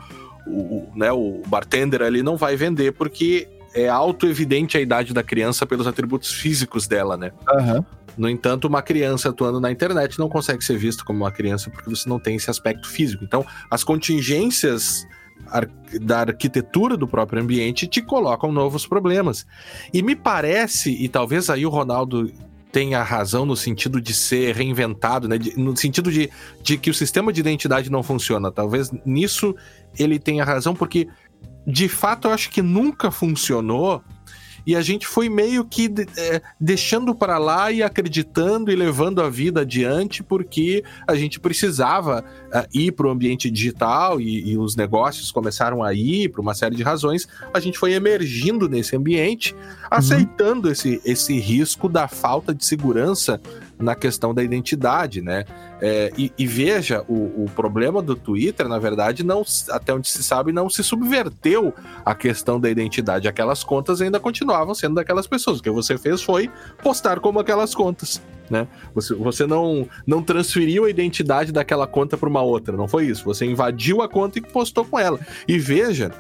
o, né, o bartender ali não vai vender porque é auto-evidente a idade da criança pelos atributos físicos dela, né? Aham. No entanto, uma criança atuando na internet não consegue ser vista como uma criança porque você não tem esse aspecto físico. Então, as contingências ar- da arquitetura do próprio ambiente te colocam novos problemas. E me parece, e talvez aí o Ronaldo tenha razão no sentido de ser reinventado, né? De, no sentido de, de que o sistema de identidade não funciona. Talvez nisso ele tenha razão, porque de fato eu acho que nunca funcionou. E a gente foi meio que é, deixando para lá e acreditando e levando a vida adiante porque a gente precisava uh, ir para o ambiente digital e, e os negócios começaram a ir por uma série de razões. A gente foi emergindo nesse ambiente, aceitando uhum. esse, esse risco da falta de segurança na questão da identidade, né? É, e, e veja, o, o problema do Twitter, na verdade, não, até onde se sabe, não se subverteu a questão da identidade. Aquelas contas ainda continuavam sendo daquelas pessoas. O que você fez foi postar como aquelas contas, né? Você, você não, não transferiu a identidade daquela conta para uma outra, não foi isso. Você invadiu a conta e postou com ela. E veja,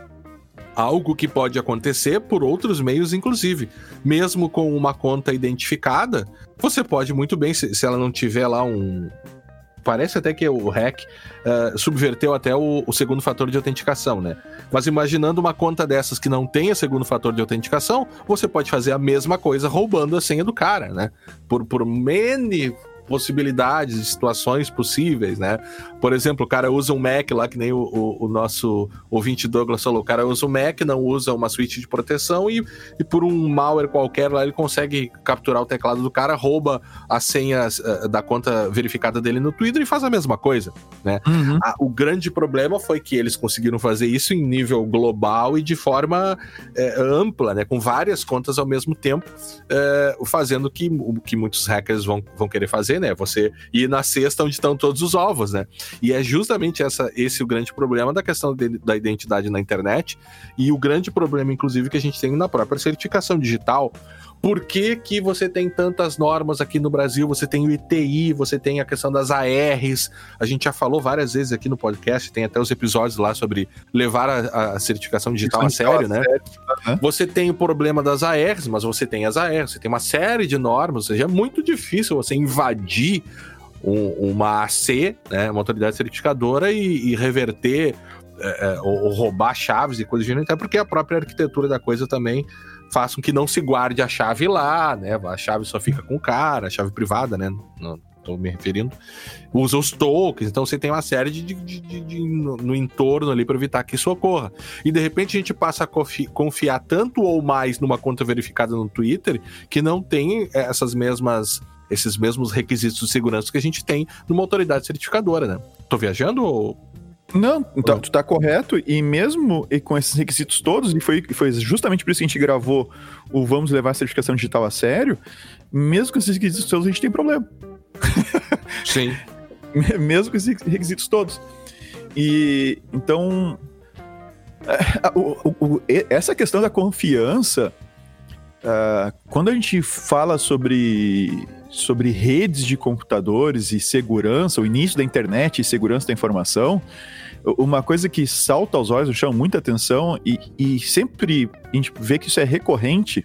algo que pode acontecer por outros meios, inclusive. Mesmo com uma conta identificada, você pode muito bem, se, se ela não tiver lá um... Parece até que o hack uh, subverteu até o, o segundo fator de autenticação, né? Mas imaginando uma conta dessas que não tenha segundo fator de autenticação, você pode fazer a mesma coisa roubando a senha do cara, né? Por, por N possibilidades, situações possíveis, né? Por exemplo, o cara usa um Mac lá, que nem o, o, o nosso ouvinte Douglas falou, o cara usa um Mac, não usa uma suíte de proteção e, e por um malware qualquer lá ele consegue capturar o teclado do cara, rouba as senhas uh, da conta verificada dele no Twitter e faz a mesma coisa, né? Uhum. A, o grande problema foi que eles conseguiram fazer isso em nível global e de forma é, ampla, né? Com várias contas ao mesmo tempo, é, fazendo que, o que muitos hackers vão, vão querer fazer, né? Você ir na cesta onde estão todos os ovos, né? E é justamente essa, esse o grande problema da questão de, da identidade na internet e o grande problema, inclusive, que a gente tem na própria certificação digital. Por que que você tem tantas normas aqui no Brasil? Você tem o I T I, você tem a questão das A Rs, a gente já falou várias vezes aqui no podcast, tem até os episódios lá sobre levar a, a certificação digital a sério, né? Uhum. Você tem o problema das A Rs, mas você tem as A Rs, você tem uma série de normas, ou seja, é muito difícil você invadir um, uma A C, né, uma autoridade certificadora e, e reverter é, é, ou, ou roubar chaves e coisas do gênero, até porque a própria arquitetura da coisa também faz com que não se guarde a chave lá, né? A chave só fica com o cara, a chave privada, né? Não tô me referindo. Usa os tokens, então você tem uma série de, de, de, de, de no, no entorno ali para evitar que isso ocorra. E de repente a gente passa a confi- confiar tanto ou mais numa conta verificada no Twitter que não tem essas mesmas, esses mesmos requisitos de segurança que a gente tem numa autoridade certificadora, né? Tô viajando ou... Não, então, tu tá correto, e mesmo e com esses requisitos todos, e foi, foi justamente por isso que a gente gravou o Vamos Levar a Certificação Digital a Sério, mesmo com esses requisitos todos, a gente tem problema. Sim. Mesmo com esses requisitos todos. E, então, o, o, o, essa questão da confiança, uh, quando a gente fala sobre... sobre redes de computadores e segurança, o início da internet e segurança da informação, uma coisa que salta aos olhos, chama muita atenção e, e sempre a gente vê que isso é recorrente.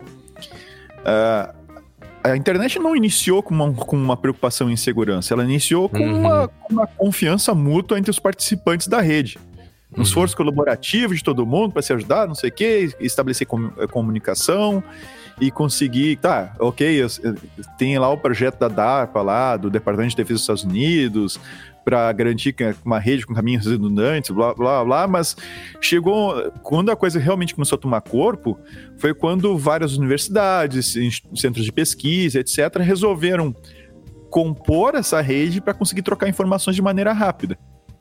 Uh, a internet não iniciou com uma, com uma preocupação em segurança, ela iniciou com, uhum. uma, uma confiança mútua entre os participantes da rede. Um uhum. esforço colaborativo de todo mundo para se ajudar, não sei o quê, estabelecer com, comunicação e conseguir, tá, ok, eu, eu, tem lá o projeto da DARPA lá, do Departamento de Defesa dos Estados Unidos, para garantir que uma rede com caminhos redundantes, blá, blá, blá, mas chegou, quando a coisa realmente começou a tomar corpo, foi quando várias universidades, centros de pesquisa, etcétera, resolveram compor essa rede para conseguir trocar informações de maneira rápida.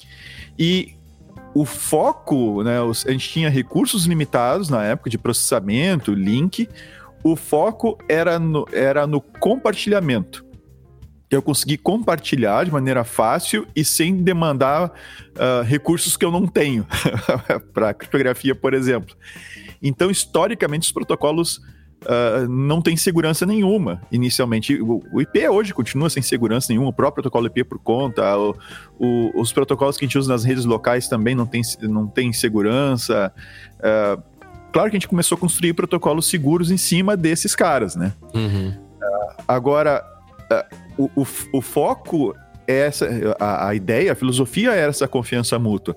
E o foco, né, a gente tinha recursos limitados na época de processamento, link, o foco era no, era no compartilhamento. Eu consegui compartilhar de maneira fácil e sem demandar uh, recursos que eu não tenho, para criptografia, por exemplo. Então, historicamente, os protocolos uh, não têm segurança nenhuma. Inicialmente, o, o I P hoje continua sem segurança nenhuma, o próprio protocolo I P por conta, o, o, os protocolos que a gente usa nas redes locais também não tem, não tem segurança. Uh, claro que a gente começou a construir protocolos seguros em cima desses caras, né? Uhum. Uh, agora... Uh, O, o, o foco é essa, a, a ideia, a filosofia é essa confiança mútua.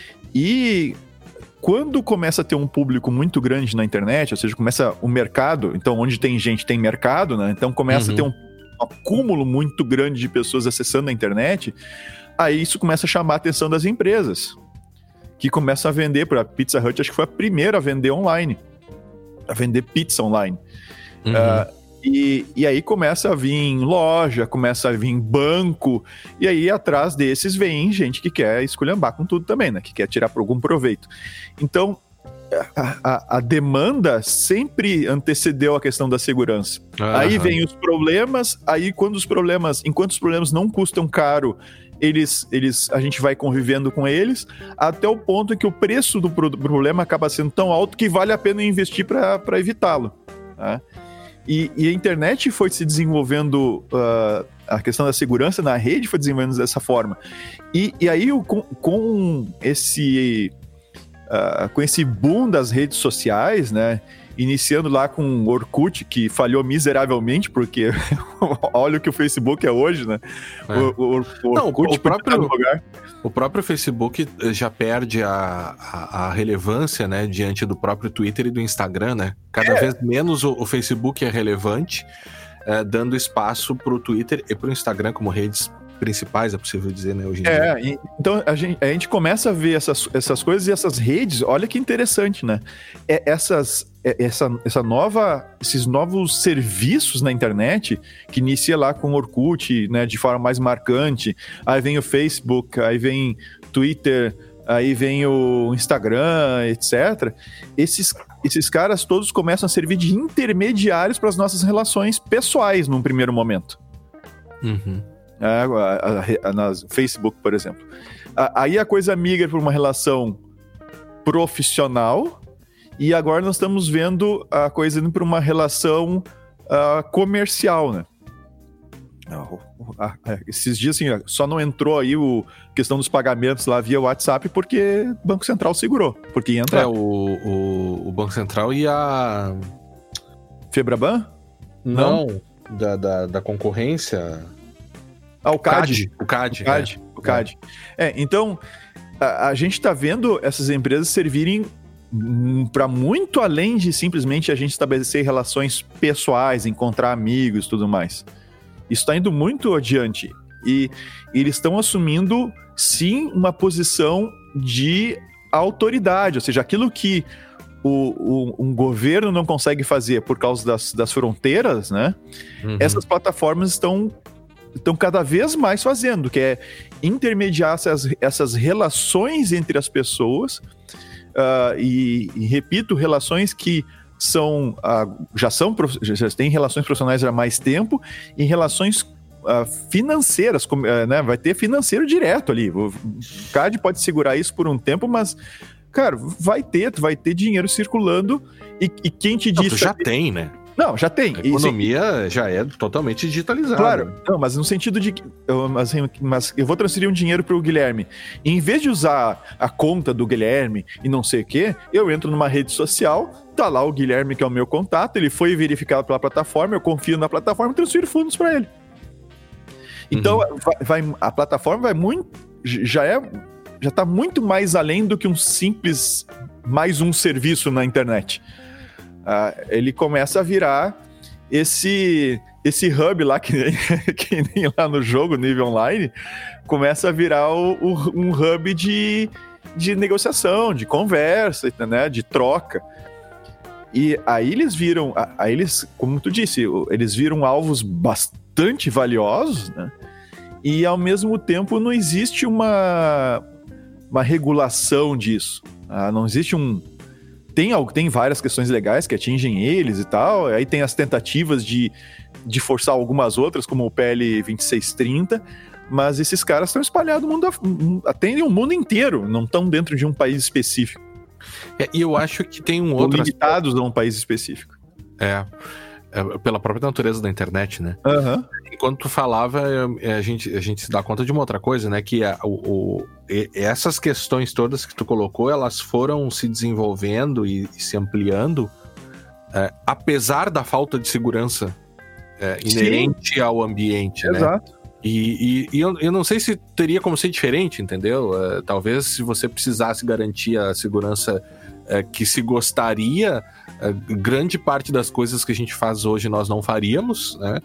E quando começa a ter um público muito grande na internet, ou seja, começa o mercado, então onde tem gente tem mercado, né? Então começa uhum. a ter um, um acúmulo muito grande de pessoas acessando a internet, aí isso começa a chamar a atenção das empresas, que começam a vender, por a Pizza Hut acho que foi a primeira a vender online, a vender pizza online. Uhum. Uh, E, e aí começa a vir loja, começa a vir banco, e aí atrás desses vem gente que quer esculhambar com tudo também, né? Que quer tirar por algum proveito. Então, a, a, a demanda sempre antecedeu a questão da segurança. Uhum. Aí vem os problemas, aí quando os problemas, enquanto os problemas não custam caro, eles, eles, a gente vai convivendo com eles, até o ponto em que o preço do problema acaba sendo tão alto que vale a pena investir para evitá-lo, tá? E, e a internet foi se desenvolvendo, uh, a questão da segurança na rede foi desenvolvendo dessa forma. E, e aí, com, com, esse, uh, com esse boom das redes sociais, né, iniciando lá com o Orkut, que falhou miseravelmente, porque olha o que o Facebook é hoje, né? É. O, o, o Não, Orkut o próprio, lugar. o próprio Facebook já perde a, a, a relevância, né, diante do próprio Twitter e do Instagram, né? Cada é. vez menos o, o Facebook é relevante, é, dando espaço para o Twitter e para o Instagram como redes principais, é possível dizer, né, hoje em é, dia. E, então a gente, a gente começa a ver essas, essas coisas e essas redes, olha que interessante, né? É, essas, é, essa, essa nova, esses novos serviços na internet, que inicia lá com o Orkut, né, de forma mais marcante, aí vem o Facebook, aí vem Twitter, aí vem o Instagram, etcétera. Esses, esses caras todos começam a servir de intermediários para as nossas relações pessoais num primeiro momento. Uhum. É, a, a, na Facebook, por exemplo. A, aí a coisa migra para uma relação profissional e agora nós estamos vendo a coisa indo para uma relação uh, comercial, né? Uh, uh, uh, esses dias, assim, só não entrou aí o questão dos pagamentos lá via WhatsApp porque o Banco Central segurou, porque ia entrar. É, o, o, o Banco Central e a... Febraban? Não, não. Da, da, da concorrência... Ah, o C A D. O C A D. O C A D. É. O C A D. É, então, a, a gente está vendo essas empresas servirem para muito além de simplesmente a gente estabelecer relações pessoais, encontrar amigos e tudo mais. Isso está indo muito adiante. E, e eles estão assumindo, sim, uma posição de autoridade. Ou seja, aquilo que o, o, um governo não consegue fazer por causa das, das fronteiras, né? Uhum. Essas plataformas estão... estão cada vez mais fazendo, que é intermediar essas, essas relações entre as pessoas, uh, e, e, repito, relações que são, uh, já são, já têm relações profissionais há mais tempo, e relações uh, financeiras, como, uh, né, vai ter financeiro direto ali. O C A D pode segurar isso por um tempo, mas, cara, vai ter, tu vai ter dinheiro circulando, e, e quem te diz... Não, tu já tem, né? Não, já tem. A economia e, já é totalmente digitalizada. Claro, não, mas no sentido de... Eu, mas, mas eu vou transferir um dinheiro para o Guilherme. E em vez de usar a conta do Guilherme e não sei o quê, eu entro numa rede social, tá lá o Guilherme, que é o meu contato, ele foi verificado pela plataforma, eu confio na plataforma e transfiro fundos para ele. Então, uhum. vai, vai, a plataforma vai muito... Já é... Já tá muito mais além do que um simples... mais um serviço na internet. Uh, ele começa a virar esse, esse hub lá, que nem, que nem lá no jogo, nível online, começa a virar o, o, um hub de, de negociação, de conversa, né, de troca. E aí eles viram, aí eles, como tu disse, eles viram alvos bastante bastante valiosos, né? E ao mesmo tempo não existe uma, uma regulação disso. Ah, não existe um... Tem, tem várias questões legais que atingem eles e tal, aí tem as tentativas de, de forçar algumas outras, como o P L vinte e seis trinta, mas esses caras estão espalhados no mundo, atendem o mundo inteiro, não estão dentro de um país específico. É, e eu acho que tem um outro... limitados a um país específico. É, é, pela própria natureza da internet, né? Uhum. Enquanto tu falava, a gente, a gente se dá conta de uma outra coisa, né? Que a, o, o, essas questões todas que tu colocou, elas foram se desenvolvendo e, e se ampliando, é, apesar da falta de segurança é, inerente Sim. ao ambiente, Exato. Né? E, e, e eu, eu não sei se teria como ser diferente, entendeu? É, talvez se você precisasse garantir a segurança é, que se gostaria, é, grande parte das coisas que a gente faz hoje nós não faríamos, né?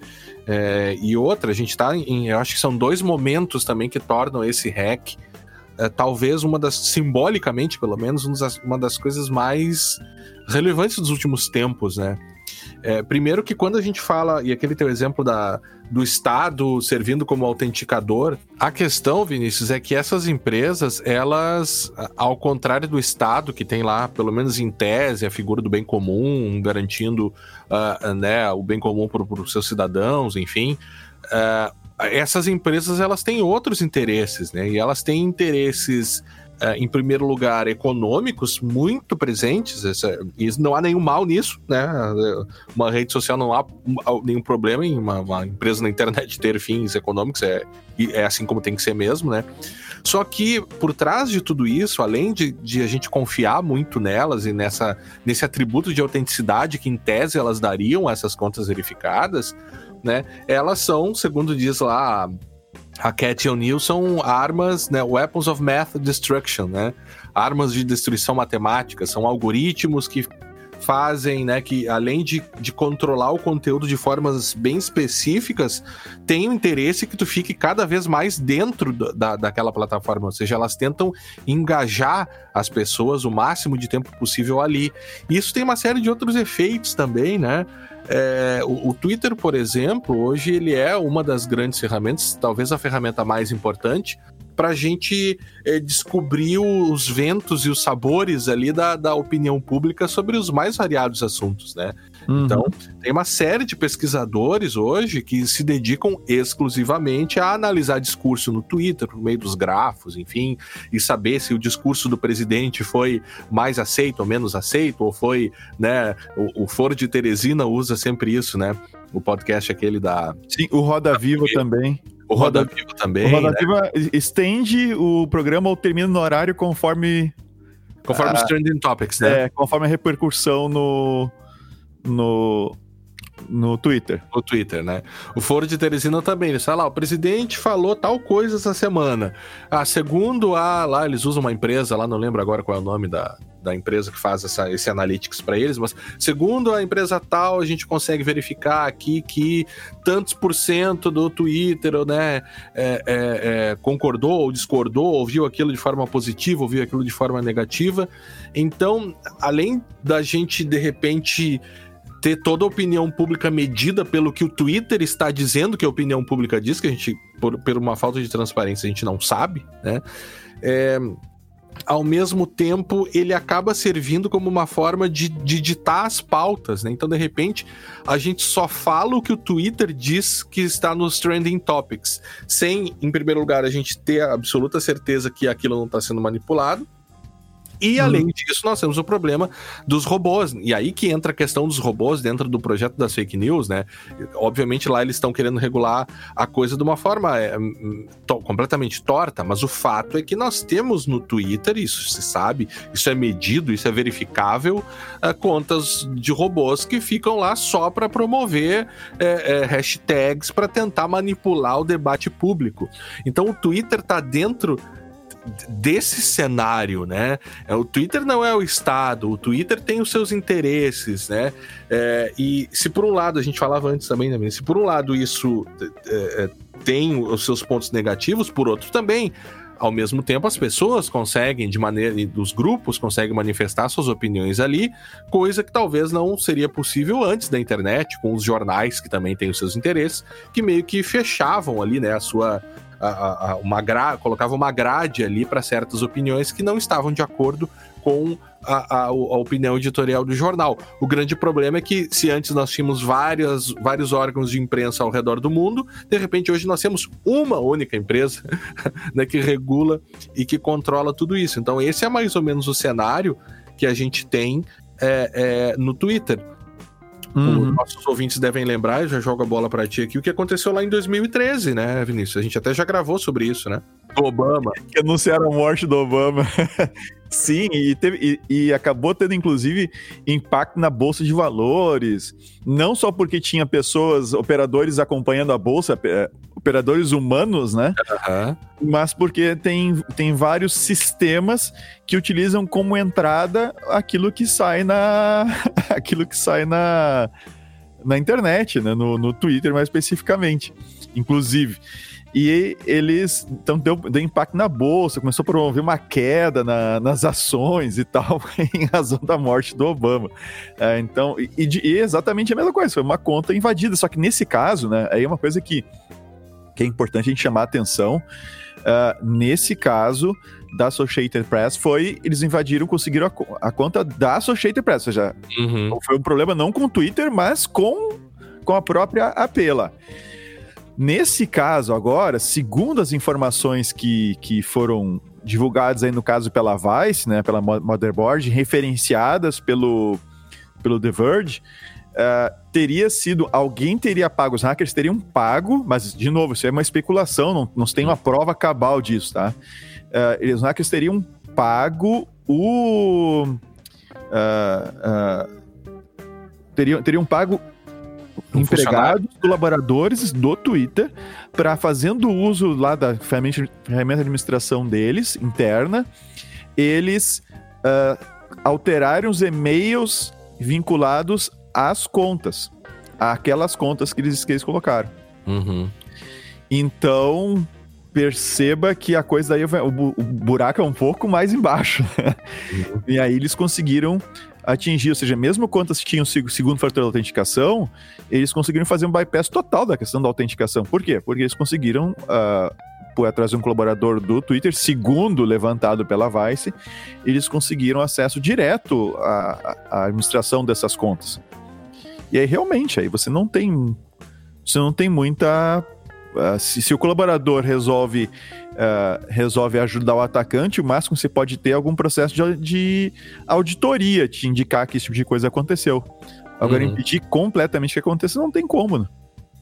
É, e outra, a gente tá em... Eu acho que são dois momentos também que tornam esse hack é, talvez uma das... simbolicamente, pelo menos, uma das coisas mais relevantes dos últimos tempos, né? É, primeiro que quando a gente fala, e aquele teu exemplo da, do Estado servindo como autenticador, a questão, Vinícius, é que essas empresas, elas, ao contrário do Estado, que tem lá, pelo menos em tese, a figura do bem comum, garantindo uh, né, o bem comum para os seus cidadãos, enfim, uh, essas empresas, elas têm outros interesses, né? E elas têm interesses... Uh, em primeiro lugar, econômicos muito presentes, essa, e não há nenhum mal nisso, né? Uma rede social não há nenhum problema em uma, uma empresa na internet ter fins econômicos, é, é assim como tem que ser mesmo, né? Só que, por trás de tudo isso, além de, de a gente confiar muito nelas e nessa, nesse atributo de autenticidade que, em tese, elas dariam a essas contas verificadas, né? Elas são, segundo diz lá... A Cathy O'Neil, são armas, né, weapons of math destruction, né, armas de destruição matemática, são algoritmos que fazem, né, que além de, de controlar o conteúdo de formas bem específicas, tem o interesse que tu fique cada vez mais dentro da, daquela plataforma, ou seja, elas tentam engajar as pessoas o máximo de tempo possível ali. E isso tem uma série de outros efeitos também, né? É, o, o Twitter, por exemplo, hoje ele é uma das grandes ferramentas, talvez a ferramenta mais importante, para a gente é, descobrir os ventos e os sabores ali da, da opinião pública sobre os mais variados assuntos, né? Uhum. Então, tem uma série de pesquisadores hoje que se dedicam exclusivamente a analisar discurso no Twitter, por meio dos grafos, enfim, e saber se o discurso do presidente foi mais aceito ou menos aceito, ou foi, né, o, o Foro de Teresina usa sempre isso, né? O podcast aquele da... Sim, o Roda Viva também. O Roda, Roda Viva também. O Roda né? Viva estende o programa ou termina no horário conforme... Conforme a, os trending topics, né? É, conforme a repercussão no... no... no Twitter. No Twitter, né? O Foro de Teresina também, eles falam lá, o presidente falou tal coisa essa semana. Ah, segundo a... Lá eles usam uma empresa, lá não lembro agora qual é o nome da, da empresa que faz essa, esse analytics para eles, mas segundo a empresa tal, a gente consegue verificar aqui que tantos por cento do Twitter, né, é, é, é, concordou ou discordou, ou viu aquilo de forma positiva, ou viu aquilo de forma negativa. Então, além da gente, de repente... ter toda a opinião pública medida pelo que o Twitter está dizendo que a opinião pública diz, que a gente, por, por uma falta de transparência, a gente não sabe, né? É, ao mesmo tempo, ele acaba servindo como uma forma de, de ditar as pautas, né? Então, de repente, a gente só fala o que o Twitter diz que está nos trending topics, sem, em primeiro lugar, a gente ter a absoluta certeza que aquilo não está sendo manipulado. E, além disso, nós temos o problema dos robôs. E aí que entra a questão dos robôs dentro do projeto das fake news, né? Obviamente, lá eles estão querendo regular a coisa de uma forma é, to- completamente torta, mas o fato é que nós temos no Twitter, isso se sabe, isso é medido, isso é verificável, uh, contas de robôs que ficam lá só para promover é, é, hashtags para tentar manipular o debate público. Então, o Twitter está dentro desse cenário, né? O Twitter não é o Estado, o Twitter tem os seus interesses, né? É, e se por um lado, a gente falava antes também, né? Se por um lado isso é, tem os seus pontos negativos, por outro também, Ao mesmo tempo, as pessoas conseguem, de maneira, os grupos conseguem manifestar suas opiniões ali, coisa que talvez não seria possível antes da internet, com os jornais que também têm os seus interesses, que meio que fechavam ali, né, a sua... A, a, uma gra... colocavam uma grade ali para certas opiniões que não estavam de acordo com a, a, a opinião editorial do jornal. O grande problema é que, se antes nós tínhamos várias, vários órgãos de imprensa ao redor do mundo, de repente hoje nós temos uma única empresa né, que regula e que controla tudo isso. Então esse é mais ou menos o cenário que a gente tem é, é, no Twitter. Uhum. Os nossos ouvintes devem lembrar, eu já jogo a bola pra ti aqui, o que aconteceu lá em dois mil e treze, né, Vinícius? A gente até já gravou sobre isso, né? Do Obama. Que anunciaram a morte do Obama. Sim, e, teve, e, e acabou tendo, inclusive, impacto na Bolsa de Valores. Não só porque tinha pessoas, operadores acompanhando a Bolsa, operadores humanos, né? Uhum. Mas porque tem, tem vários sistemas que utilizam como entrada aquilo que sai na, aquilo que sai na, na internet, né? No, no Twitter, mais especificamente. Inclusive... E eles, então, deu, deu impacto na bolsa, começou a promover uma queda na, nas ações e tal, em razão da morte do Obama. É, então, e, e exatamente a mesma coisa, foi uma conta invadida, só que nesse caso, né, aí é uma coisa que, que é importante a gente chamar a atenção, uh, nesse caso da Associated Press, foi, eles invadiram, conseguiram a, a conta da Associated Press, ou seja, uhum. Foi um problema não com o Twitter, mas com, com a própria A P lá. Nesse caso agora, segundo as informações que, que foram divulgadas aí no caso pela Vice, né, pela Motherboard, referenciadas pelo, pelo The Verge, uh, teria sido, alguém teria pago, os hackers teriam pago, mas de novo, isso é uma especulação, não, não tem uma prova cabal disso, tá? Uh, os hackers teriam pago o... Uh, uh, teriam, teriam pago Um empregados, colaboradores do Twitter, para fazendo uso lá da ferramenta, ferramenta de administração deles, interna, eles uh, alterarem os e-mails vinculados às contas, àquelas contas que eles, que eles colocaram. Uhum. Então, perceba que a coisa daí, o, o buraco é um pouco mais embaixo. Uhum. E aí eles conseguiram atingir, ou seja, mesmo contas que tinham segundo fator de autenticação, eles conseguiram fazer um bypass total da questão da autenticação. Por quê? Porque eles conseguiram, uh, por atrás de um colaborador do Twitter, segundo levantado pela Vice, eles conseguiram acesso direto à, à administração dessas contas. E aí, realmente, aí você não tem, você não tem muita... Uh, se, se o colaborador resolve, uh, resolve ajudar o atacante, o máximo que você pode ter é algum processo de, de auditoria, te indicar que esse tipo de coisa aconteceu. Agora, uhum. impedir completamente que aconteça, não tem como, né?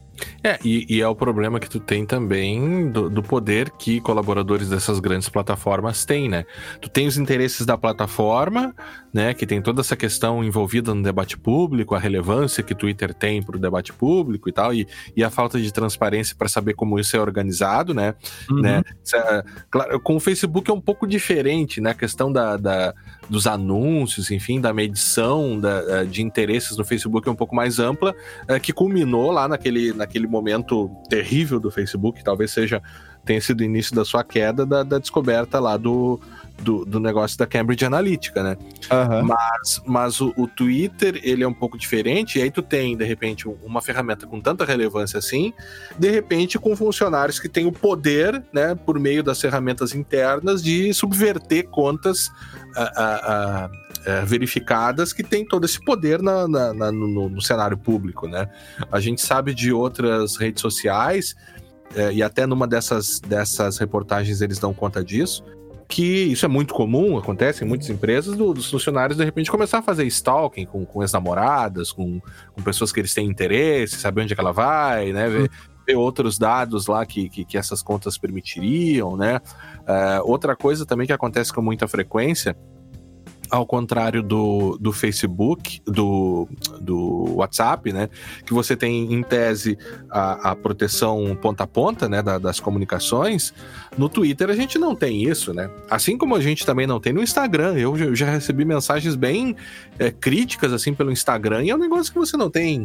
É, e, e é o problema que tu tem também do, do poder que colaboradores dessas grandes plataformas têm, né? Tu tem os interesses da plataforma, né? Que tem toda essa questão envolvida no debate público, a relevância que o Twitter tem para o debate público e tal, e, e a falta de transparência para saber como isso é organizado, né? Uhum. né? Claro, com o Facebook é um pouco diferente, né? A questão da, da, dos anúncios, enfim, da medição da, de interesses no Facebook é um pouco mais ampla, que culminou lá naquele, naquele momento terrível do Facebook, talvez seja, tenha sido o início da sua queda, da, da descoberta lá do, do, do negócio da Cambridge Analytica, né? Uhum. Mas, mas o, o Twitter, ele é um pouco diferente, e aí tu tem, de repente, uma ferramenta com tanta relevância assim, de repente com funcionários que têm o poder, né, por meio das ferramentas internas, de subverter contas a, a, a, a, verificadas que têm todo esse poder na, na, na, no, no cenário público, né? A gente sabe de outras redes sociais, é, e até numa dessas, dessas reportagens eles dão conta disso, que isso é muito comum, acontece em muitas empresas, do, dos funcionários de repente começar a fazer stalking com, com ex-namoradas, com, com pessoas que eles têm interesse, saber onde é que ela vai, né? Ver, ver outros dados lá que, que, que essas contas permitiriam, né? Uh, outra coisa também que acontece com muita frequência, ao contrário do, do Facebook, do, do WhatsApp, né, que você tem, em tese, a, a proteção ponta a ponta, né, da, das comunicações, no Twitter a gente não tem isso, né? Assim como a gente também não tem no Instagram. Eu, eu já recebi mensagens bem é, críticas, assim, pelo Instagram, e é um negócio que você não tem...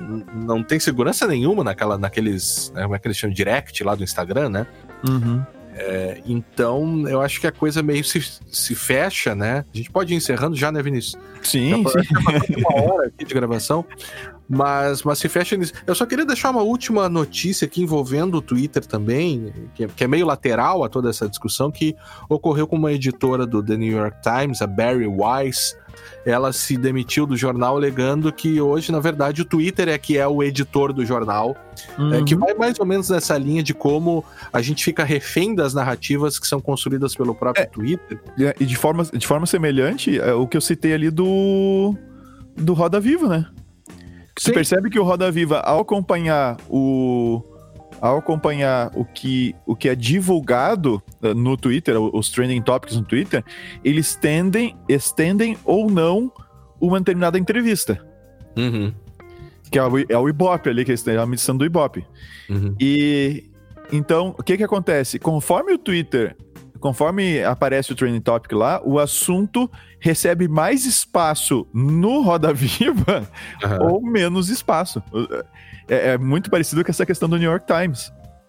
não tem segurança nenhuma naquela, naqueles... Né, como é que eles chamam? Direct lá do Instagram, né? Uhum. É, então, eu acho que a coisa meio se, se fecha, né? A gente pode ir encerrando já, né, Vinícius? Sim, já sim. Uma hora aqui de gravação, mas, mas se fecha nisso. Eu só queria deixar uma última notícia aqui envolvendo o Twitter também, que, que é meio lateral a toda essa discussão, que ocorreu com uma editora do The New York Times, a Bari Weiss. Ela se demitiu do jornal alegando que hoje, na verdade, o Twitter é que é o editor do jornal, uhum. é, que vai mais ou menos nessa linha de como a gente fica refém das narrativas que são construídas pelo próprio é, Twitter. E de forma, de forma semelhante, é o que eu citei ali do, do Roda Viva, né? Você Sim. percebe que o Roda Viva, ao acompanhar o... ao acompanhar o que, o que é divulgado uh, no Twitter, os trending topics no Twitter, eles tendem, estendem ou não uma determinada entrevista. Uhum. Que é o, é o Ibope ali, que é a medição do Ibope. Uhum. E então, o que que acontece? Conforme o Twitter, conforme aparece o trending topic lá, o assunto recebe mais espaço no Roda Viva uhum. ou menos espaço. É, é muito parecido com essa questão do New York Times.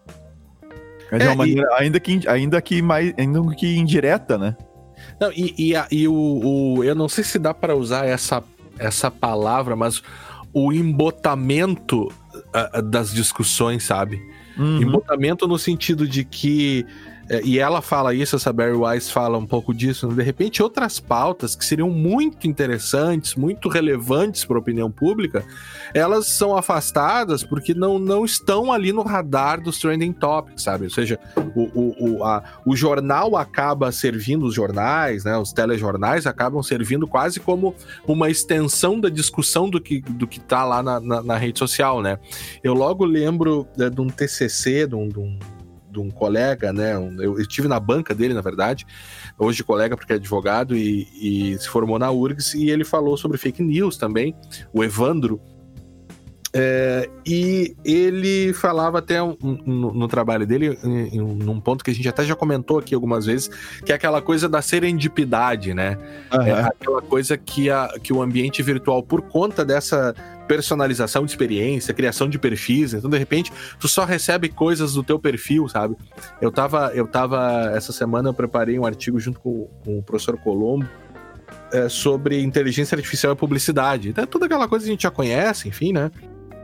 É de uma é, maneira, e... ainda, que, ainda, que mais, ainda que indireta, né? Não, e e, a, e o, o... Eu não sei se dá para usar essa, essa palavra, mas o embotamento uh, das discussões, sabe? Uhum. Embotamento no sentido de que... E ela fala isso, essa Bari Weiss fala um pouco disso, né? De repente outras pautas que seriam muito interessantes, muito relevantes para a opinião pública, elas são afastadas porque não, não estão ali no radar dos trending topics, sabe? Ou seja, o, o, o, a, o jornal acaba servindo, os jornais, né? Os telejornais acabam servindo quase como uma extensão da discussão do que, do que tá lá na, na, na rede social, né? Eu logo lembro é, de um T C C, de um, de um de um colega, né, um, eu estive na banca dele, na verdade, hoje colega porque é advogado e, e se formou na U R G S, e ele falou sobre fake news também, o Evandro, é, e ele falava até um, um, no trabalho dele, em, em, num ponto que a gente até já comentou aqui algumas vezes, que é aquela coisa da serendipidade, né, uhum. é aquela coisa que, a, que o ambiente virtual, por conta dessa personalização de experiência, criação de perfis, então de repente tu só recebe coisas do teu perfil, sabe? Eu tava, eu tava essa semana eu preparei um artigo junto com, com o professor Colombo é, sobre inteligência artificial e publicidade, então, toda aquela coisa que a gente já conhece, enfim, né?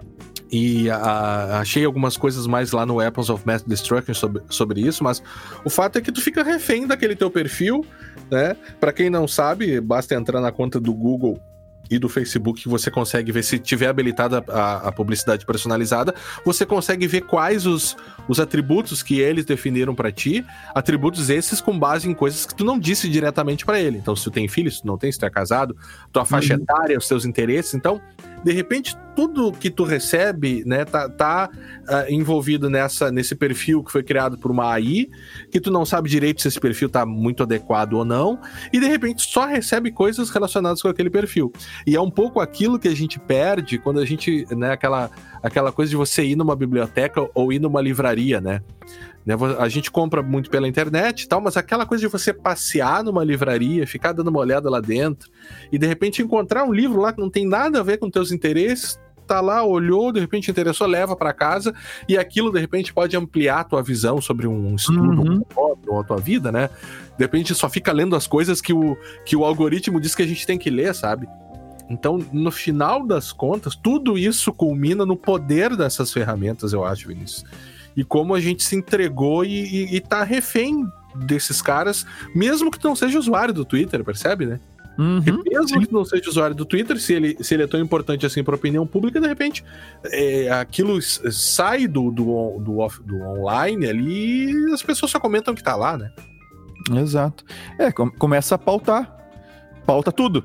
E a, achei algumas coisas mais lá no Weapons of Mass Destruction sobre, sobre isso, mas o fato é que tu fica refém daquele teu perfil, né? Pra quem não sabe, basta entrar na conta do Google e do Facebook, que você consegue ver, se tiver habilitada a, a publicidade personalizada, você consegue ver quais os, os atributos que eles definiram para ti, atributos esses com base em coisas que tu não disse diretamente para ele. Então, se tu tem filho, se tu não tem, se tu é casado, tua faixa uhum. etária, os teus interesses, então, de repente, tudo que tu recebe, né, tá, tá uh, envolvido nessa, nesse perfil que foi criado por uma A I, que tu não sabe direito se esse perfil tá muito adequado ou não, e de repente só recebe coisas relacionadas com aquele perfil. E é um pouco aquilo que a gente perde quando a gente, né, aquela, aquela coisa de você ir numa biblioteca ou ir numa livraria, né? A gente compra muito pela internet e tal, mas aquela coisa de você passear numa livraria, ficar dando uma olhada lá dentro e de repente encontrar um livro lá que não tem nada a ver com teus interesses, tá lá, olhou, de repente interessou, leva para casa, e aquilo de repente pode ampliar a tua visão sobre um estudo, uhum. ou a tua vida, né? De repente só fica lendo as coisas que o, que o algoritmo diz que a gente tem que ler, sabe? Então, no final das contas, tudo isso culmina no poder dessas ferramentas, eu acho, Vinícius. E como a gente se entregou e, e, e tá refém desses caras, mesmo que não seja usuário do Twitter, percebe, né? Uhum, mesmo sim. que não seja usuário do Twitter, se ele, se ele é tão importante assim para a opinião pública, de repente é, aquilo sai do, do, do, off, do online ali e as pessoas só comentam que tá lá, né? Exato. É, começa a pautar. Pauta tudo.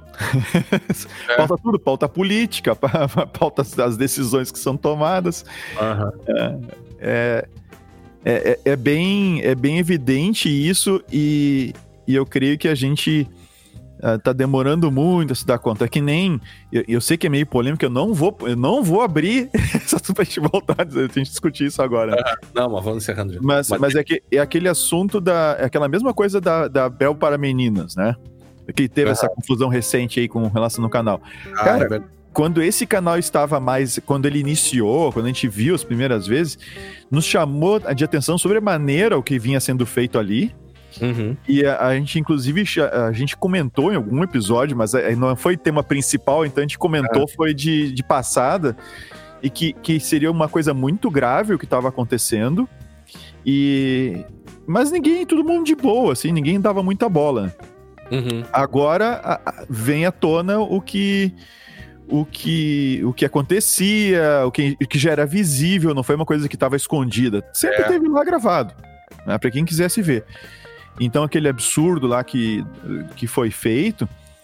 É. Pauta tudo, pauta política, pauta as decisões que são tomadas. Uhum. É, é, é, é, bem, é bem evidente isso, e, e eu creio que a gente uh, tá demorando muito a se dar conta. É que nem, eu, eu sei que é meio polêmico, eu não vou, eu não vou abrir essa pra gente voltar, a gente discutir isso agora. Né? Uhum. Não, mas vamos encerrando. Já. Mas, mas... mas é, que, é aquele assunto, da, é aquela mesma coisa da, da Bel para meninas, né? Que teve uhum. essa confusão recente aí com relação no canal. Ah, Cara, é quando esse canal estava mais... Quando ele iniciou, quando a gente viu as primeiras vezes, nos chamou de atenção sobre a maneira o que vinha sendo feito ali. Uhum. E a, a gente, inclusive, a gente comentou em algum episódio, mas não foi tema principal, então a gente comentou, é. foi de, de passada, e que, que seria uma coisa muito grave o que estava acontecendo. E... Mas ninguém, todo mundo de boa, assim, ninguém dava muita bola. Uhum. Agora a, a, vem à tona o que... O que, o que acontecia, o que, o que já era visível, não foi uma coisa que estava escondida. Sempre é. teve lá gravado, né, para quem quisesse ver. Então aquele absurdo lá que, que foi feito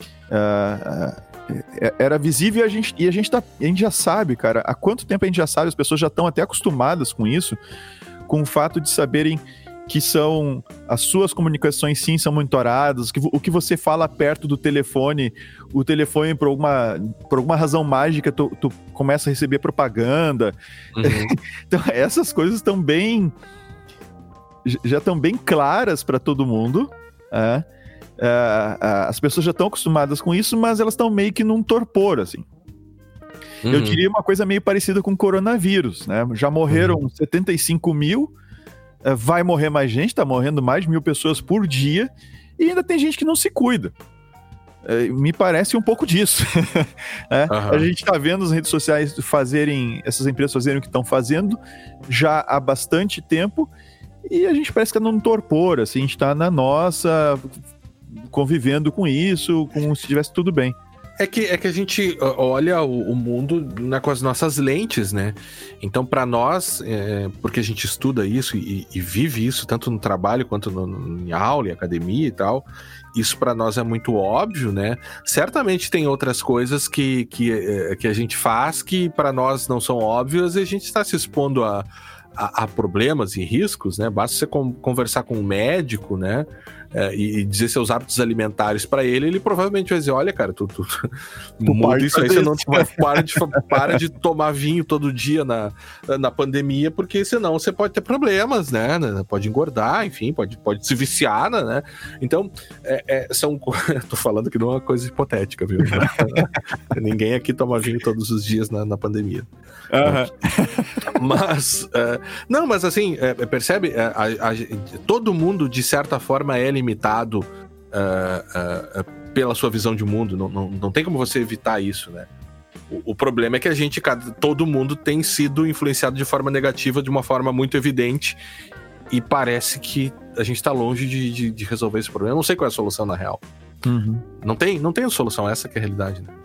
uh, uh, era visível e a gente, e a gente, tá, a gente já sabe, cara, há quanto tempo a gente já sabe, as pessoas já estão até acostumadas com isso, com o fato de saberem que são as suas comunicações sim são monitoradas, que, o que você fala perto do telefone, o telefone por alguma, por alguma razão mágica tu, tu começa a receber propaganda. Uhum. Então essas coisas estão bem já estão bem claras para todo mundo, é? É, as pessoas já estão acostumadas com isso, mas elas estão meio que num torpor, assim. Uhum. Eu diria uma coisa meio parecida com o coronavírus, né? Já morreram uhum. setenta e cinco mil, vai morrer mais gente, tá morrendo mais de mil pessoas por dia, e ainda tem gente que não se cuida. É, me parece um pouco disso. é? uhum. A gente tá vendo as redes sociais fazerem, essas empresas fazerem o que estão fazendo já há bastante tempo, e a gente parece que tá num torpor, assim, a gente tá na nossa, convivendo com isso, como se estivesse tudo bem. É que, é que a gente olha o, o mundo, né, com as nossas lentes, né? Então, para nós, é, porque a gente estuda isso e, e vive isso, tanto no trabalho quanto no, no, em aula, em academia e tal, isso para nós é muito óbvio, né? Certamente tem outras coisas que, que, é, que a gente faz que para nós não são óbvias e a gente está se expondo a, a, a problemas e riscos, né? Basta você com, conversar com um médico, né? É, e dizer seus hábitos alimentares pra ele, ele provavelmente vai dizer, olha, cara, tu, tu, tu muda isso aí, você não para de, para de tomar vinho todo dia na, na pandemia, porque senão você pode ter problemas, né, pode engordar, enfim, pode, pode se viciar, né, então, é, é, são, tô falando que não é uma coisa hipotética, viu, ninguém aqui toma vinho todos os dias na, na pandemia. Uhum. Mas, é, não, mas assim, é, percebe, é, a, a, todo mundo, de certa forma, é limitado uh, uh, uh, pela sua visão de mundo, não, não, não tem como você evitar isso, né? O, o problema é que a gente, todo mundo tem sido influenciado de forma negativa, de uma forma muito evidente, e parece que a gente tá longe de, de, de resolver esse problema. Eu não sei qual é a solução na real. Uhum. Não tem, não tem solução, essa que é a realidade, né?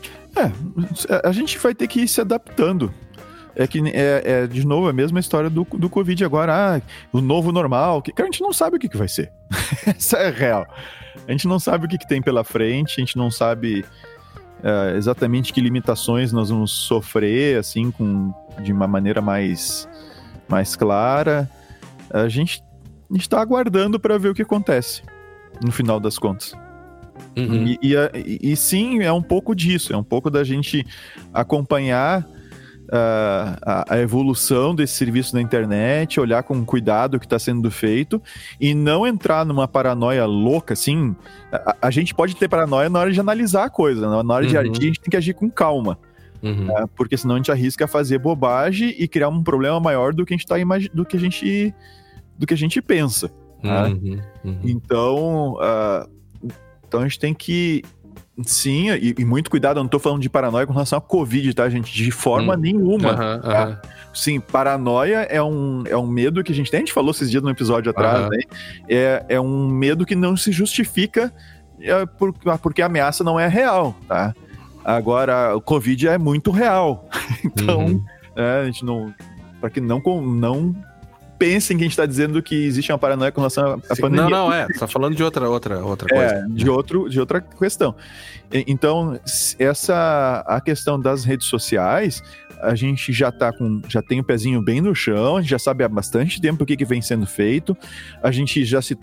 É, a gente vai ter que ir se adaptando. É que, é, é, de novo, a mesma história do, do Covid agora, ah, o novo normal, que, cara, a gente não sabe o que, que vai ser. Essa é real. A gente não sabe o que, que tem pela frente, a gente não sabe é, exatamente que limitações nós vamos sofrer, assim, com, de uma maneira mais, mais clara. A gente está aguardando para ver o que acontece, no final das contas. Uhum. E, e, e, e sim, é um pouco disso, é um pouco da gente acompanhar Uh, a, a evolução desse serviço na internet, olhar com cuidado o que está sendo feito e não entrar numa paranoia louca, assim. A, a gente pode ter paranoia na hora de analisar a coisa, na hora de uhum. agir, a gente tem que agir com calma, uhum. uh, porque senão a gente arrisca fazer bobagem e criar um problema maior do que a gente tá imagi- do que a gente do que a gente pensa. Uhum. Uhum. Então, uh, então a gente tem que sim, e, e muito cuidado, eu não tô falando de paranoia com relação à Covid, tá, gente? De forma hum. nenhuma. Uhum, tá? Uhum. Sim, paranoia é um, é um medo que a gente tem, a gente falou esses dias no episódio atrás, uhum. né? É, é um medo que não se justifica é, por, porque a ameaça não é real, tá? Agora, o Covid é muito real. Então, uhum. é, a gente não... Para que não... não pensem que a gente está dizendo que existe uma paranoia com relação à pandemia. Não, não, é. Você tá falando de outra, outra, outra coisa. É, de, outro, de outra questão. Então, essa, a questão das redes sociais, a gente já tá com, já tem o pezinho bem no chão, a gente já sabe há bastante tempo o que, que vem sendo feito, a gente já citou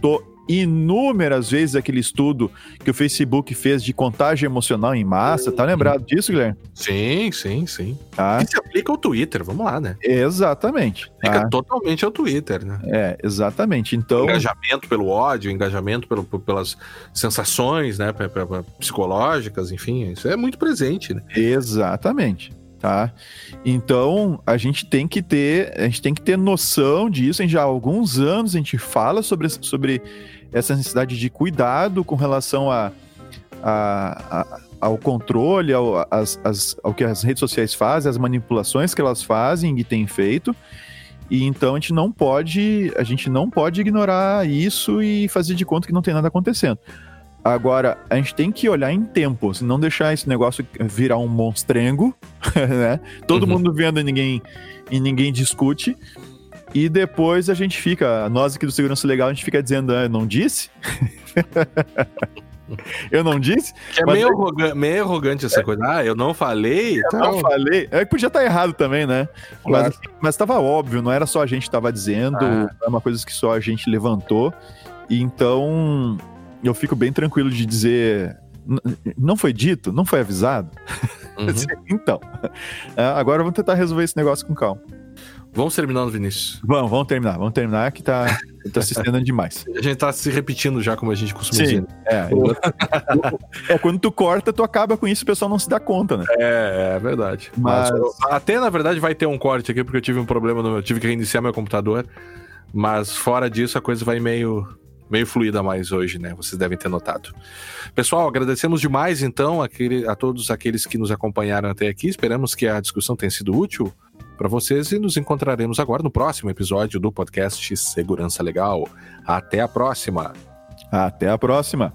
inúmeras vezes aquele estudo que o Facebook fez de contágio emocional em massa. Tá lembrado disso, Guilherme? Sim, sim, sim. Tá? E se aplica ao Twitter, vamos lá, né? Exatamente. Fica tá? totalmente ao Twitter, né? É, exatamente. Então... Engajamento pelo ódio, engajamento pelo, pelas sensações, né, psicológicas, enfim, isso é muito presente, né? Exatamente. Tá? Então, a gente tem que ter, a gente tem que ter noção disso. Já há alguns anos a gente fala sobre, sobre essa necessidade de cuidado com relação a, a, a, ao controle, ao, as, as, ao que as redes sociais fazem, as manipulações que elas fazem e têm feito. E então a gente não pode, a gente não pode ignorar isso e fazer de conta que não tem nada acontecendo. Agora, a gente tem que olhar em tempo, se não deixar esse negócio virar um monstrengo, né? Todo uhum. mundo vendo e ninguém, e ninguém discute. E depois a gente fica, nós aqui do Segurança Legal, a gente fica dizendo, ah, eu não disse? eu não disse? Que é meio, é... Arrogante, meio arrogante essa é. coisa. Ah, eu não falei? Eu então... não falei. É que podia estar errado também, né? Claro. Mas, mas tava óbvio, não era só a gente que estava dizendo, ah. é uma coisa que só a gente levantou. E então... eu fico bem tranquilo de dizer, não foi dito, não foi avisado. Uhum. Então, agora vamos tentar resolver esse negócio com calma. Vamos terminando, Vinícius. Vamos, vamos terminar, vamos terminar que tá, tá se estendendo demais. A gente tá se repetindo já, como a gente costuma Sim, dizer. É, é, quando tu corta, tu acaba com isso, o pessoal não se dá conta, né? É, é verdade. Mas... Mas até, na verdade, vai ter um corte aqui, porque eu tive um problema, no, eu tive que reiniciar meu computador, mas fora disso, a coisa vai meio... meio fluida mais hoje, né? Vocês devem ter notado. Pessoal, agradecemos demais, então, aquele, a todos aqueles que nos acompanharam até aqui. Esperamos que a discussão tenha sido útil para vocês e nos encontraremos agora no próximo episódio do podcast Segurança Legal. Até a próxima! Até a próxima!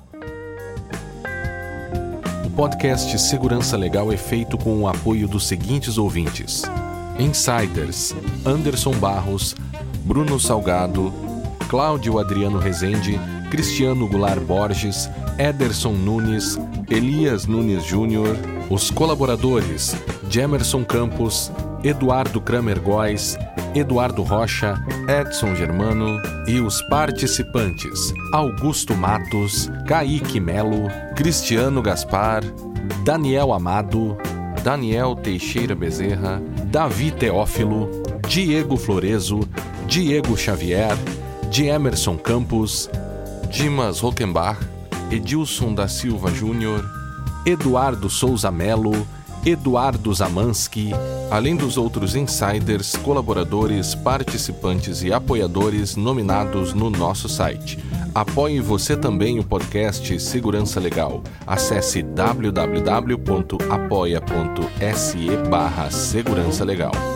O podcast Segurança Legal é feito com o apoio dos seguintes ouvintes: Insiders, Anderson Barros, Bruno Salgado, Cláudio Adriano Rezende, Cristiano Goulart Borges, Ederson Nunes, Elias Nunes Júnior, os colaboradores Jemerson Campos, Eduardo Kramer Góes, Eduardo Rocha, Edson Germano e os participantes Augusto Matos, Kaique Melo, Cristiano Gaspar, Daniel Amado, Daniel Teixeira Bezerra, Davi Teófilo, Diego Florezo, Diego Xavier, de Emerson Campos, Dimas Rockenbach, Edilson da Silva Júnior, Eduardo Souza Melo, Eduardo Zamansky, além dos outros insiders, colaboradores, participantes e apoiadores nominados no nosso site. Apoie você também o podcast Segurança Legal. Acesse w w w ponto apoia ponto s e barra segurança legal.